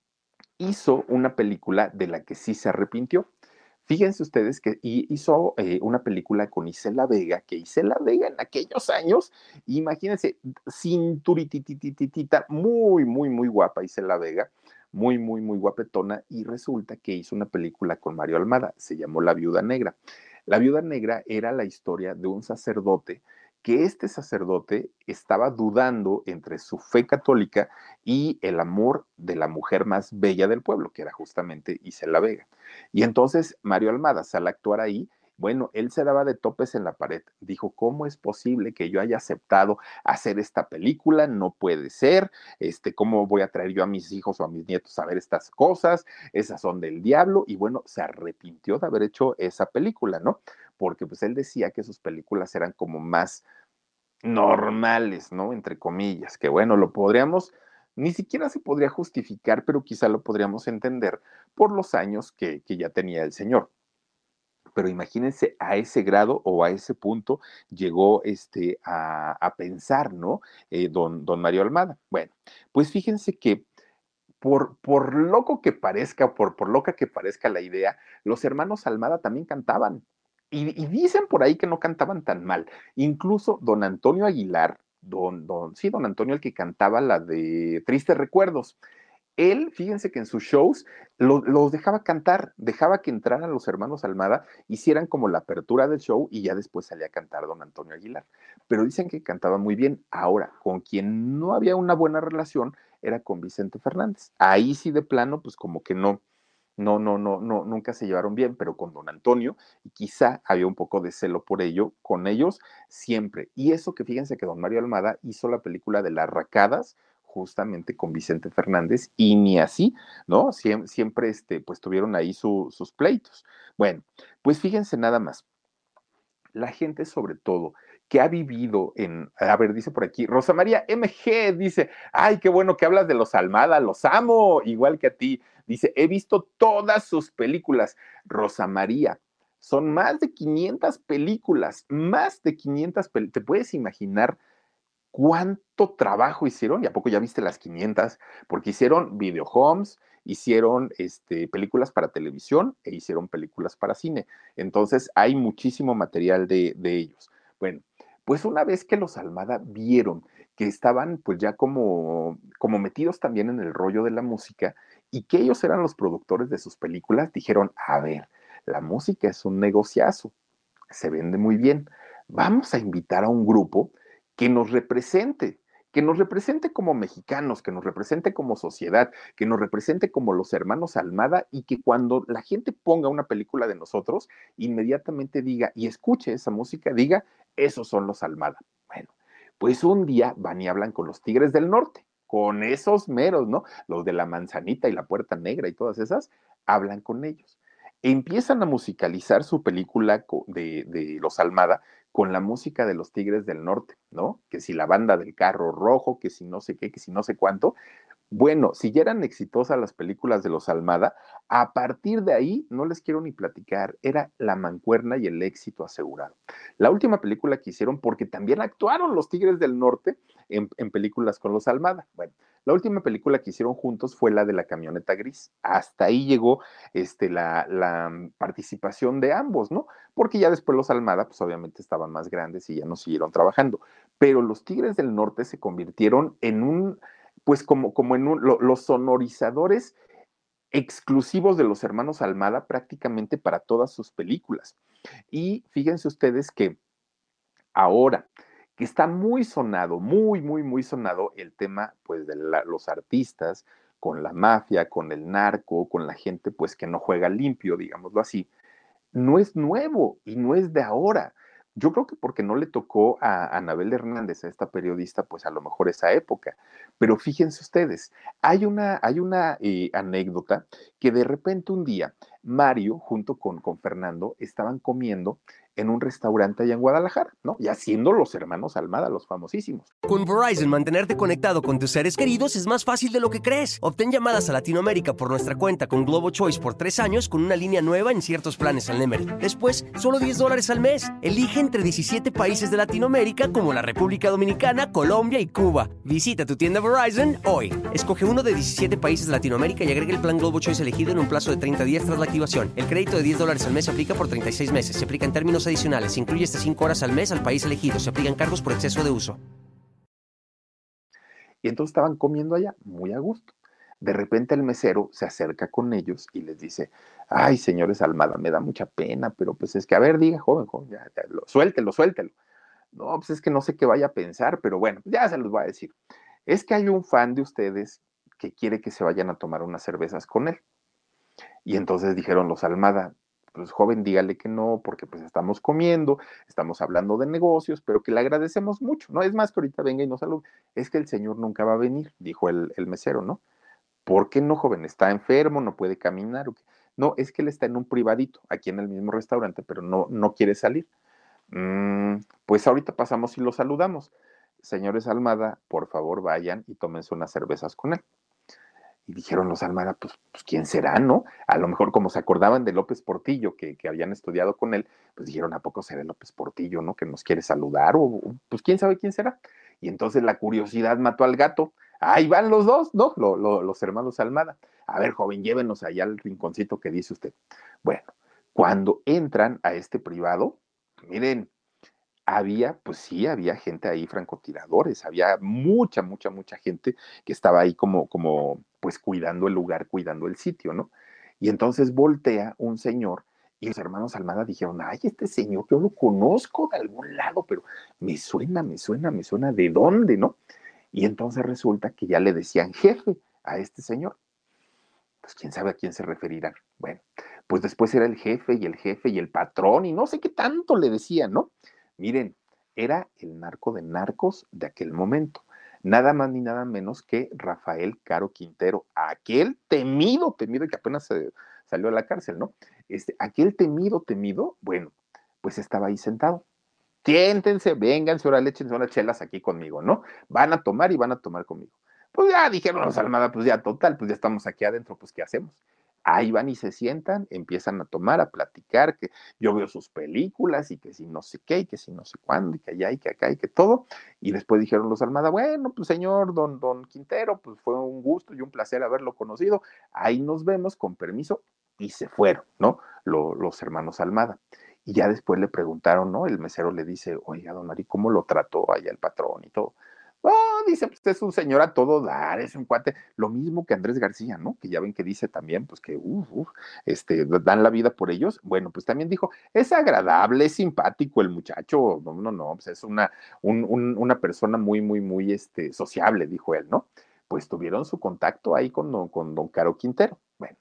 hizo una película de la que sí se arrepintió. Fíjense ustedes que hizo eh, una película con Isela Vega, que Isela Vega en aquellos años, imagínense, cinturititititita, muy, muy, muy guapa Isela Vega, muy, muy, muy guapetona, y resulta que hizo una película con Mario Almada, se llamó La Viuda Negra. La Viuda Negra era la historia de un sacerdote, que este sacerdote estaba dudando entre su fe católica y el amor de la mujer más bella del pueblo, que era justamente Isela Vega. Y entonces Mario Almada sale a actuar ahí. Bueno, él se daba de topes en la pared. Dijo, ¿cómo es posible que yo haya aceptado hacer esta película? No puede ser. Este, ¿cómo voy a traer yo a mis hijos o a mis nietos a ver estas cosas? Esas son del diablo. Y bueno, se arrepintió de haber hecho esa película, ¿no? Porque pues él decía que sus películas eran como más normales, ¿no? Entre comillas, que bueno, lo podríamos, ni siquiera se podría justificar, pero quizá lo podríamos entender por los años que, que ya tenía el señor. Pero imagínense a ese grado o a ese punto llegó este, a, a pensar, ¿no? Eh, don, don Mario Almada. Bueno, pues fíjense que por, por loco que parezca, por, por loca que parezca la idea, los hermanos Almada también cantaban. Y, y dicen por ahí que no cantaban tan mal. Incluso don Antonio Aguilar, don, don, sí, don Antonio, el que cantaba la de Tristes Recuerdos, él, fíjense que en sus shows lo, los dejaba cantar, dejaba que entraran los hermanos Almada, hicieran como la apertura del show y ya después salía a cantar don Antonio Aguilar. Pero dicen que cantaba muy bien. Ahora, con quien no había una buena relación era con Vicente Fernández. Ahí sí de plano, pues como que no, no, no, no, no, nunca se llevaron bien, pero con don Antonio, y quizá había un poco de celo por ello, con ellos siempre. Y eso que fíjense que don Mario Almada hizo la película de Las Racadas, justamente con Vicente Fernández, y ni así, ¿no? Siem siempre, este, pues tuvieron ahí su, sus pleitos. Bueno, pues fíjense nada más. La gente, sobre todo, que ha vivido en, a ver, dice por aquí, Rosa María M G, dice, ay, qué bueno que hablas de los Almada, los amo, igual que a ti. Dice, he visto todas sus películas. Rosa María, son más de quinientas películas, más de quinientas películas. ¿Te puedes imaginar cuánto trabajo hicieron? ¿Y a poco ya viste las quinientas? Porque hicieron videohomes, hicieron este, películas para televisión e hicieron películas para cine. Entonces hay muchísimo material de, de ellos. Bueno, pues una vez que los Almada vieron que estaban pues ya como, como metidos también en el rollo de la música y que ellos eran los productores de sus películas, dijeron, a ver, la música es un negociazo, se vende muy bien, vamos a invitar a un grupo que nos represente, que nos represente como mexicanos, que nos represente como sociedad, que nos represente como los hermanos Almada, y que cuando la gente ponga una película de nosotros, inmediatamente diga y escuche esa música, diga, esos son los Almada. Bueno, pues un día van y hablan con los Tigres del Norte, con esos meros, ¿no? Los de La Manzanita y La Puerta Negra y todas esas, hablan con ellos. Empiezan a musicalizar su película de, de los Almada con la música de los Tigres del Norte, ¿no? Que si la banda del carro rojo, que si no sé qué, que si no sé cuánto. Bueno, si ya eran exitosas las películas de los Almada, a partir de ahí, no les quiero ni platicar, era la mancuerna y el éxito asegurado. La última película que hicieron, porque también actuaron los Tigres del Norte en, en películas con los Almada. Bueno, la última película que hicieron juntos fue la de La Camioneta Gris. Hasta ahí llegó este, la, la participación de ambos, ¿no? Porque ya después los Almada, pues obviamente estaban más grandes y ya no siguieron trabajando. Pero los Tigres del Norte se convirtieron en un, pues como, como en un, lo, los sonorizadores exclusivos de los hermanos Almada prácticamente para todas sus películas. Y fíjense ustedes que ahora que está muy sonado, muy, muy, muy sonado el tema, pues, de la, los artistas con la mafia, con el narco, con la gente, pues, que no juega limpio, digámoslo así, no es nuevo y no es de ahora. Yo creo que porque no le tocó a Anabel Hernández, a esta periodista, pues a lo mejor esa época. Pero fíjense ustedes, hay una, hay una eh, anécdota que de repente un día Mario, junto con, con Fernando, estaban comiendo en un restaurante allá en Guadalajara, ¿no? Y haciendo los hermanos Almada, los famosísimos. Con Verizon, mantenerte conectado con tus seres queridos es más fácil de lo que crees. Obtén llamadas a Latinoamérica por nuestra cuenta con Globo Choice por tres años con una línea nueva en ciertos planes al Nemery. Después, solo diez dólares al mes. Elige entre diecisiete países de Latinoamérica como la República Dominicana, Colombia y Cuba. Visita tu tienda Verizon hoy. Escoge uno de diecisiete países de Latinoamérica y agrega el plan Globo Choice elegido en un plazo de treinta días tras la activación. El crédito de diez dólares al mes se aplica por treinta y seis meses. Se aplica en términos adicionales. Se incluye hasta cinco horas al mes al país elegido. Se aplican cargos por exceso de uso. Y entonces estaban comiendo allá, muy a gusto. De repente el mesero se acerca con ellos y les dice, ay, señores Almada, me da mucha pena, pero pues es que, a ver, diga, joven, joven, ya, ya, lo, suéltelo, suéltelo. No, pues es que no sé qué vaya a pensar, pero bueno, ya se los voy a decir. Es que hay un fan de ustedes que quiere que se vayan a tomar unas cervezas con él. Y entonces dijeron los Almada, pues joven, dígale que no, porque pues estamos comiendo, estamos hablando de negocios, pero que le agradecemos mucho, ¿no? Es más que ahorita venga y nos salude. Es que el señor nunca va a venir, dijo el, el mesero, ¿no? ¿Por qué no, joven? ¿Está enfermo? ¿No puede caminar? ¿O qué? No, es que él está en un privadito, aquí en el mismo restaurante, pero no, no quiere salir. Mm, pues ahorita pasamos y lo saludamos. Señores Almada, por favor vayan y tómense unas cervezas con él. Y dijeron los Almada, pues, pues quién será, ¿no? A lo mejor como se acordaban de López Portillo, que, que habían estudiado con él, pues dijeron, ¿a poco será López Portillo, ¿no? Que nos quiere saludar, o pues quién sabe quién será. Y entonces la curiosidad mató al gato. Ahí van los dos, ¿no? Lo, lo, los hermanos Almada. A ver, joven, llévenos allá al rinconcito que dice usted. Bueno, cuando entran a este privado, miren, había, pues sí, había gente ahí, francotiradores, había mucha, mucha, mucha gente que estaba ahí como, como, pues cuidando el lugar, cuidando el sitio, ¿no? Y entonces voltea un señor y los hermanos Almada dijeron, ay, este señor yo lo conozco de algún lado, pero me suena, me suena, me suena, ¿de dónde, no? Y entonces resulta que ya le decían jefe a este señor. Pues quién sabe a quién se referirán. Bueno, pues después era el jefe y el jefe y el patrón y no sé qué tanto le decían, ¿no? Miren, era el narco de narcos de aquel momento. Nada más ni nada menos que Rafael Caro Quintero, aquel temido, temido que apenas se salió de la cárcel, ¿no? Este, aquel temido, temido, bueno, pues estaba ahí sentado. Siéntense, vénganse, ahora échense unas chelas aquí conmigo, ¿no? Van a tomar y van a tomar conmigo. Pues ya dijeron los Almada, pues ya total, pues ya estamos aquí adentro, pues ¿qué hacemos? Ahí van y se sientan, empiezan a tomar, a platicar, que yo veo sus películas y que si no sé qué, y que si no sé cuándo, y que allá, y que acá, y que todo. Y después dijeron los Almada, bueno, pues señor don, don Quintero, pues fue un gusto y un placer haberlo conocido. Ahí nos vemos, con permiso, y se fueron, ¿no? Lo, los hermanos Almada. Y ya después le preguntaron, ¿no? El mesero le dice, oiga, don Mari, ¿cómo lo trató allá el patrón y todo? No, dice, pues es un señor a todo dar, es un cuate, lo mismo que Andrés García, ¿no? Que ya ven que dice también, pues que, uff, uf, este, dan la vida por ellos. Bueno, pues también dijo, es agradable, es simpático el muchacho, no, no, no, pues es una, un, un, una persona muy, muy, muy, este, sociable, dijo él, ¿no? Pues tuvieron su contacto ahí con don, con don Caro Quintero. Bueno,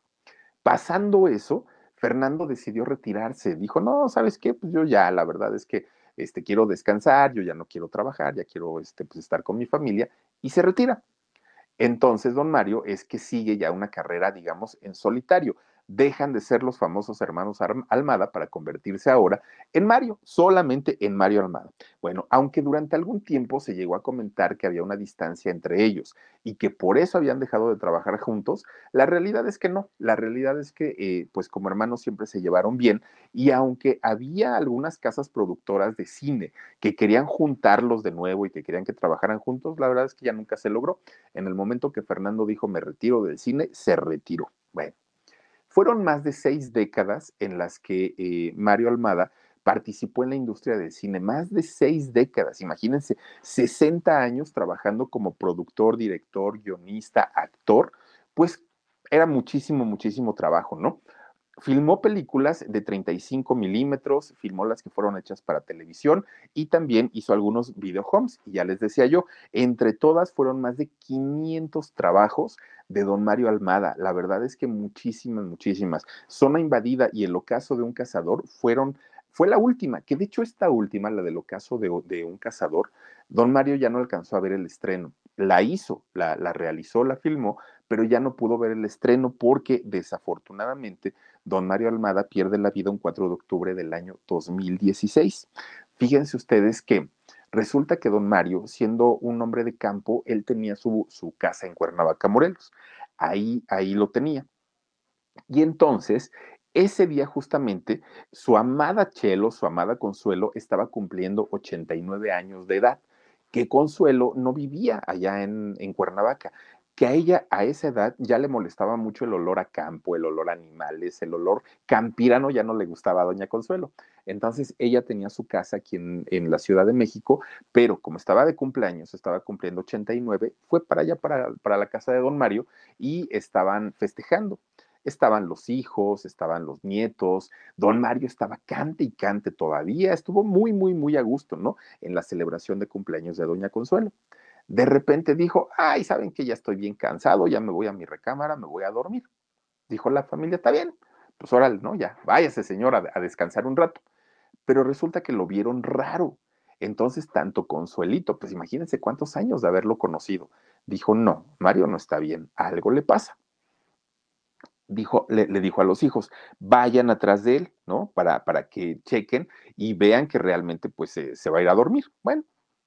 pasando eso, Fernando decidió retirarse. Dijo, no, ¿sabes qué? Pues yo ya, la verdad es que este, quiero descansar, yo ya no quiero trabajar, ya quiero este, pues, estar con mi familia, y se retira. Entonces, don Mario es que sigue ya una carrera, digamos, en solitario. Dejan de ser los famosos hermanos Almada para convertirse ahora en Mario, solamente en Mario Almada. Bueno, aunque durante algún tiempo se llegó a comentar que había una distancia entre ellos y que por eso habían dejado de trabajar juntos, la realidad es que no. La realidad es que, eh, pues como hermanos siempre se llevaron bien, y aunque había algunas casas productoras de cine que querían juntarlos de nuevo y que querían que trabajaran juntos, la verdad es que ya nunca se logró. En el momento que Fernando dijo me retiro del cine, se retiró. Bueno, fueron más de seis décadas en las que eh, Mario Almada participó en la industria del cine, más de seis décadas, imagínense, sesenta años trabajando como productor, director, guionista, actor, pues era muchísimo, muchísimo trabajo, ¿no? Filmó películas de treinta y cinco milímetros, filmó las que fueron hechas para televisión y también hizo algunos videohomes. Y ya les decía yo, entre todas fueron más de quinientos trabajos de don Mario Almada. La verdad es que muchísimas, muchísimas. Zona Invadida y El Ocaso de un Cazador fueron, fue la última, que de hecho esta última, la del Ocaso de, de un Cazador, don Mario ya no alcanzó a ver el estreno. La hizo, la, la realizó, la filmó, pero ya no pudo ver el estreno porque desafortunadamente don Mario Almada pierde la vida un cuatro de octubre del año dos mil dieciséis. Fíjense ustedes que resulta que don Mario, siendo un hombre de campo, él tenía su, su casa en Cuernavaca, Morelos. Ahí, ahí lo tenía. Y entonces, ese día justamente, su amada Chelo, su amada Consuelo, estaba cumpliendo ochenta y nueve años de edad, que Consuelo no vivía allá en, en Cuernavaca. que a ella a esa edad ya le molestaba mucho el olor a campo, el olor a animales, el olor campirano ya no le gustaba a doña Consuelo. Entonces ella tenía su casa aquí en, en la Ciudad de México, pero como estaba de cumpleaños, estaba cumpliendo ochenta y nueve, fue para allá, para, para la casa de don Mario, y estaban festejando. Estaban los hijos, estaban los nietos, don Mario estaba cante y cante todavía, estuvo muy, muy, muy a gusto, ¿no? En la celebración de cumpleaños de doña Consuelo. De repente dijo, ay, ¿saben que ya estoy bien cansado? Ya me voy a mi recámara, me voy a dormir. Dijo la familia, está bien, pues órale, ¿no? Ya, váyase señor a, a descansar un rato. Pero resulta que lo vieron raro. Entonces, tanto Consuelito, pues imagínense cuántos años de haberlo conocido, dijo, no, Mario no está bien, algo le pasa. Dijo, le, le dijo a los hijos, vayan atrás de él, ¿no? Para, para que chequen y vean que realmente pues se, se va a ir a dormir. Bueno,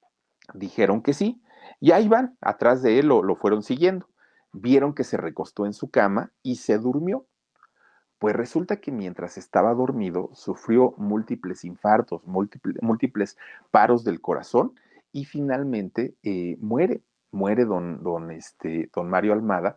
dijeron que sí, y ahí van, atrás de él lo, lo fueron siguiendo. Vieron que se recostó en su cama y se durmió. Pues resulta que mientras estaba dormido sufrió múltiples infartos, múltiples, múltiples paros del corazón y finalmente eh, muere, muere don, don, este, don Mario Almada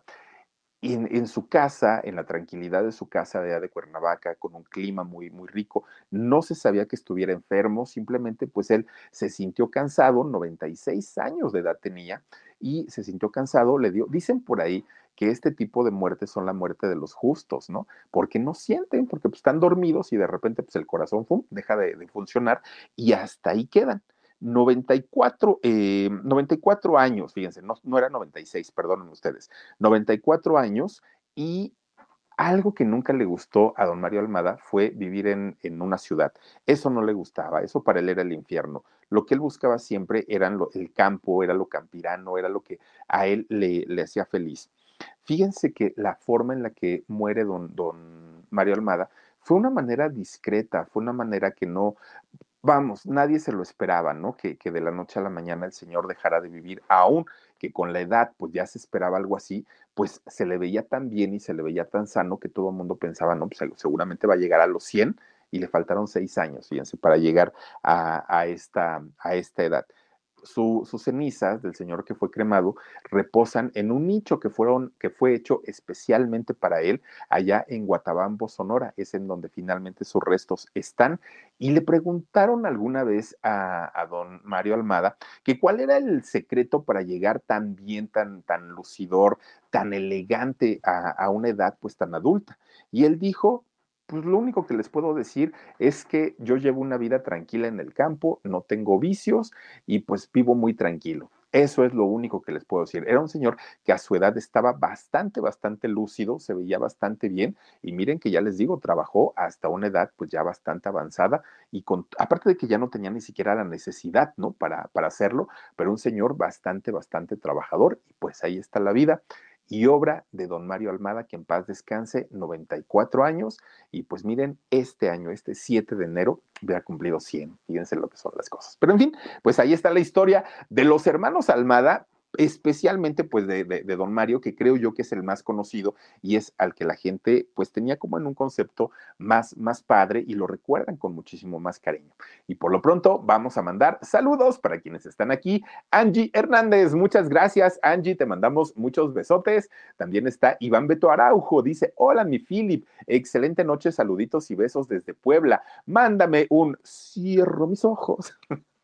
en, en, su casa, en la tranquilidad de su casa de allá de Cuernavaca, con un clima muy, muy rico. No se sabía que estuviera enfermo, simplemente pues él se sintió cansado, noventa y seis años de edad tenía, y se sintió cansado, le dio, dicen por ahí que este tipo de muertes son la muerte de los justos, ¿no? Porque no sienten, porque pues, están dormidos y de repente pues el corazón ¡pum!, deja de, de funcionar y hasta ahí quedan. noventa y cuatro, eh, noventa y cuatro años, fíjense, no, no era noventa y seis, perdonen ustedes, noventa y cuatro años, y algo que nunca le gustó a don Mario Almada fue vivir en, en una ciudad. Eso no le gustaba, eso para él era el infierno. Lo que él buscaba siempre era lo, el campo, era lo campirano, era lo que a él le, le hacía feliz. Fíjense que la forma en la que muere don, don Mario Almada fue una manera discreta, fue una manera que no, vamos, nadie se lo esperaba, ¿no? Que, que de la noche a la mañana el señor dejara de vivir, aún que con la edad pues ya se esperaba algo así, pues se le veía tan bien y se le veía tan sano que todo el mundo pensaba, no, pues seguramente va a llegar a los cien y le faltaron seis años, fíjense, para llegar a, a, esta, a esta edad. Su, sus cenizas del señor que fue cremado reposan en un nicho que, fueron, que fue hecho especialmente para él allá en Guatabampo, Sonora. Es en donde finalmente sus restos están. Y le preguntaron alguna vez a, a don Mario Almada que cuál era el secreto para llegar tan bien, tan, tan lucidor, tan elegante a, a una edad pues tan adulta. Y él dijo, pues lo único que les puedo decir es que yo llevo una vida tranquila en el campo, no tengo vicios y pues vivo muy tranquilo. Eso es lo único que les puedo decir. Era un señor que a su edad estaba bastante, bastante lúcido, se veía bastante bien y miren que ya les digo, trabajó hasta una edad pues ya bastante avanzada y con, aparte de que ya no tenía ni siquiera la necesidad, ¿no? Para, para hacerlo, pero un señor bastante, bastante trabajador y pues ahí está la vida y obra de don Mario Almada, que en paz descanse, noventa y cuatro años, y pues miren, este año, este siete de enero, hubiera cumplido cien, fíjense lo que son las cosas. Pero en fin, pues ahí está la historia de los hermanos Almada, especialmente pues de, de, de don Mario, que creo yo que es el más conocido y es al que la gente pues tenía como en un concepto más, más padre y lo recuerdan con muchísimo más cariño. Y por lo pronto vamos a mandar saludos para quienes están aquí. Angie Hernández, muchas gracias Angie, te mandamos muchos besotes. También está Iván Beto Araujo, dice, hola mi Philip, excelente noche, saluditos y besos desde Puebla. Mándame un cierro mis ojos.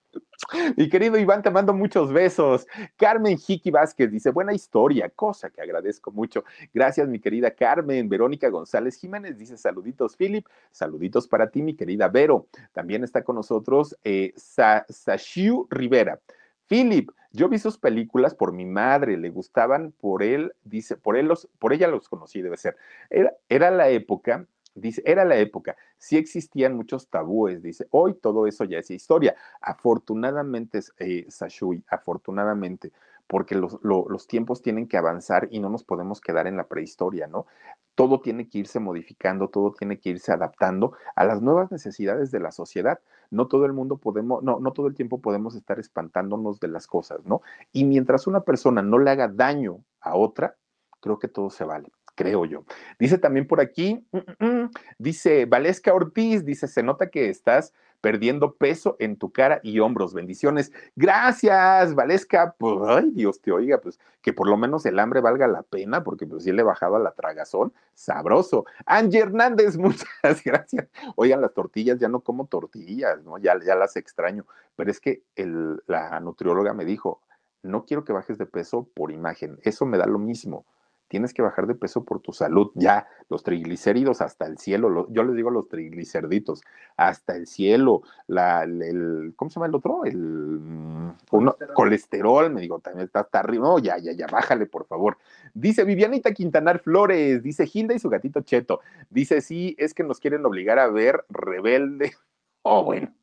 Mi querido Iván, te mando muchos besos. Carmen Jiqui Vázquez dice, buena historia, cosa que agradezco mucho. Gracias, mi querida Carmen. Verónica González Jiménez dice, saluditos, Philip. Saluditos para ti, mi querida Vero. También está con nosotros eh, Sa Sashiu Rivera. Philip, yo vi sus películas por mi madre, le gustaban por él, dice, por él los, por ella los conocí, debe ser. Era, era la época, dice, era la época, sí existían muchos tabúes, dice, hoy todo eso ya es historia. Afortunadamente, eh, Sashui, afortunadamente, porque los, lo, los tiempos tienen que avanzar y no nos podemos quedar en la prehistoria, ¿no? Todo tiene que irse modificando, todo tiene que irse adaptando a las nuevas necesidades de la sociedad. No todo el mundo podemos, no, no todo el tiempo podemos estar espantándonos de las cosas, ¿no? Y mientras una persona no le haga daño a otra, creo que todo se vale. creo yo. Dice también por aquí, mm, mm, dice Valesca Ortiz, dice, se nota que estás perdiendo peso en tu cara y hombros. Bendiciones. Gracias, Valesca. Pues, ay, Dios te oiga, pues que por lo menos el hambre valga la pena, porque pues sí le he bajado a la tragazón. Sabroso. Angie Hernández, muchas gracias. Oigan, las tortillas, ya no como tortillas, ¿no? Ya, ya las extraño. Pero es que el, la nutrióloga me dijo, no quiero que bajes de peso por imagen. Eso me da lo mismo. Tienes que bajar de peso por tu salud. Ya, los triglicéridos hasta el cielo, lo, yo les digo los triglicerditos, hasta el cielo, la, el, ¿cómo se llama el otro? El uno, colesterol. colesterol, me digo, también está hasta arriba. No, ya, ya, ya, bájale, por favor. Dice Vivianita Quintanar Flores, dice Hilda y su gatito Cheto. Dice, sí, es que nos quieren obligar a ver Rebelde. Oh, bueno.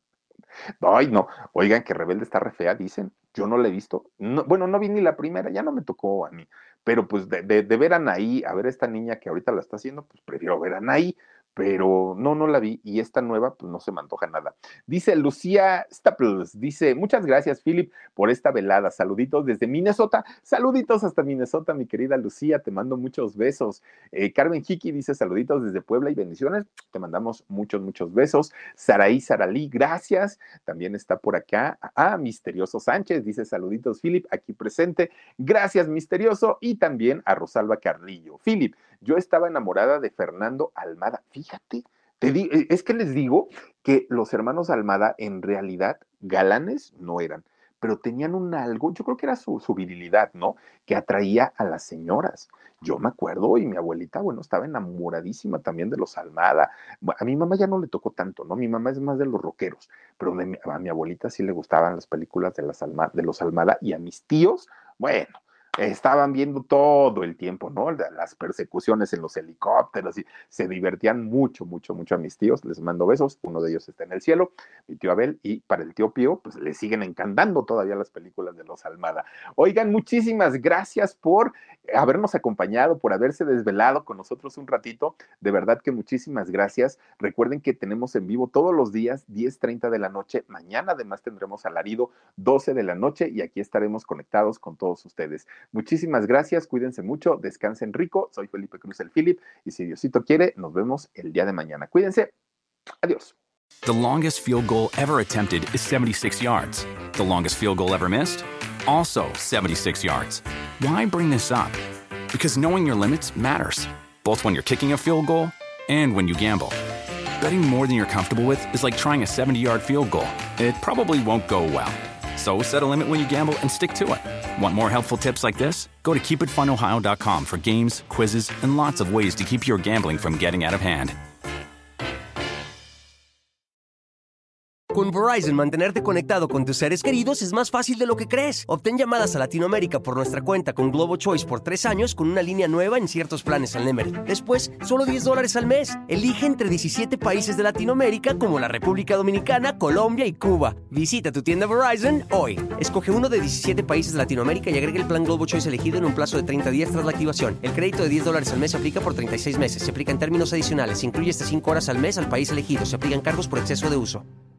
Ay, no, oigan que Rebelde está re fea, dicen. Yo no la he visto. No, bueno, no vi ni la primera, ya no me tocó a mí. Pero pues de, de, de ver a Anaí, a ver a esta niña que ahorita la está haciendo, pues prefiero ver a Anaí. Pero no, no la vi. Y esta nueva, pues no se me antoja nada. Dice Lucía Staples, dice, muchas gracias, Philip, por esta velada. Saluditos desde Minnesota. Saluditos hasta Minnesota, mi querida Lucía. Te mando muchos besos. Eh, Carmen Hiki dice, saluditos desde Puebla y bendiciones. Te mandamos muchos, muchos besos. Saraí Saralí, gracias. También está por acá. Ah, Misterioso Sánchez dice, saluditos, Philip, aquí presente. Gracias, Misterioso. Y también a Rosalba Carrillo. Philip, yo estaba enamorada de Fernando Almada. Fíjate, te di, es que les digo que los hermanos Almada en realidad galanes no eran, pero tenían un algo, yo creo que era su, su virilidad, ¿no? Que atraía a las señoras. Yo me acuerdo, y mi abuelita, bueno, estaba enamoradísima también de los Almada. A mi mamá ya no le tocó tanto, ¿no? Mi mamá es más de los rockeros, pero de mi, a mi abuelita sí le gustaban las películas de, las Alma, de los Almada, y a mis tíos, bueno, estaban viendo todo el tiempo, ¿no? Las persecuciones en los helicópteros y se divertían mucho, mucho, mucho a mis tíos. Les mando besos. Uno de ellos está en el cielo, mi tío Abel, y para el tío Pío, pues le siguen encantando todavía las películas de los Almada. Oigan, muchísimas gracias por habernos acompañado, por haberse desvelado con nosotros un ratito. De verdad que muchísimas gracias. Recuerden que tenemos en vivo todos los días, diez treinta de la noche. Mañana además tendremos alarido, doce de la noche, y aquí estaremos conectados con todos ustedes. Muchísimas gracias, cuídense mucho, descansen rico. Soy Felipe Cruz, el Philip, y si Diosito quiere, nos vemos el día de mañana. Cuídense, adiós. The longest field goal ever attempted is seventy-six yards. The longest field goal ever missed? Also seventy-six yards. Why bring this up? Because knowing your limits matters, both when you're kicking a field goal and when you gamble. Betting more than you're comfortable with is like trying a seventy-yard field goal. It probably won't go well. So set a limit when you gamble and stick to it. Want more helpful tips like this? Go to keep it fun ohio dot com for games, quizzes, and lots of ways to keep your gambling from getting out of hand. Con Verizon, mantenerte conectado con tus seres queridos es más fácil de lo que crees. Obtén llamadas a Latinoamérica por nuestra cuenta con Globo Choice por tres años con una línea nueva en ciertos planes al Nemery. Después, solo diez dólares al mes. Elige entre diecisiete países de Latinoamérica como la República Dominicana, Colombia y Cuba. Visita tu tienda Verizon hoy. Escoge uno de diecisiete países de Latinoamérica y agrega el plan Globo Choice elegido en un plazo de treinta días tras la activación. El crédito de diez dólares al mes se aplica por treinta y seis meses. Se aplica en términos adicionales. Se incluye hasta cinco horas al mes al país elegido. Se aplican cargos por exceso de uso.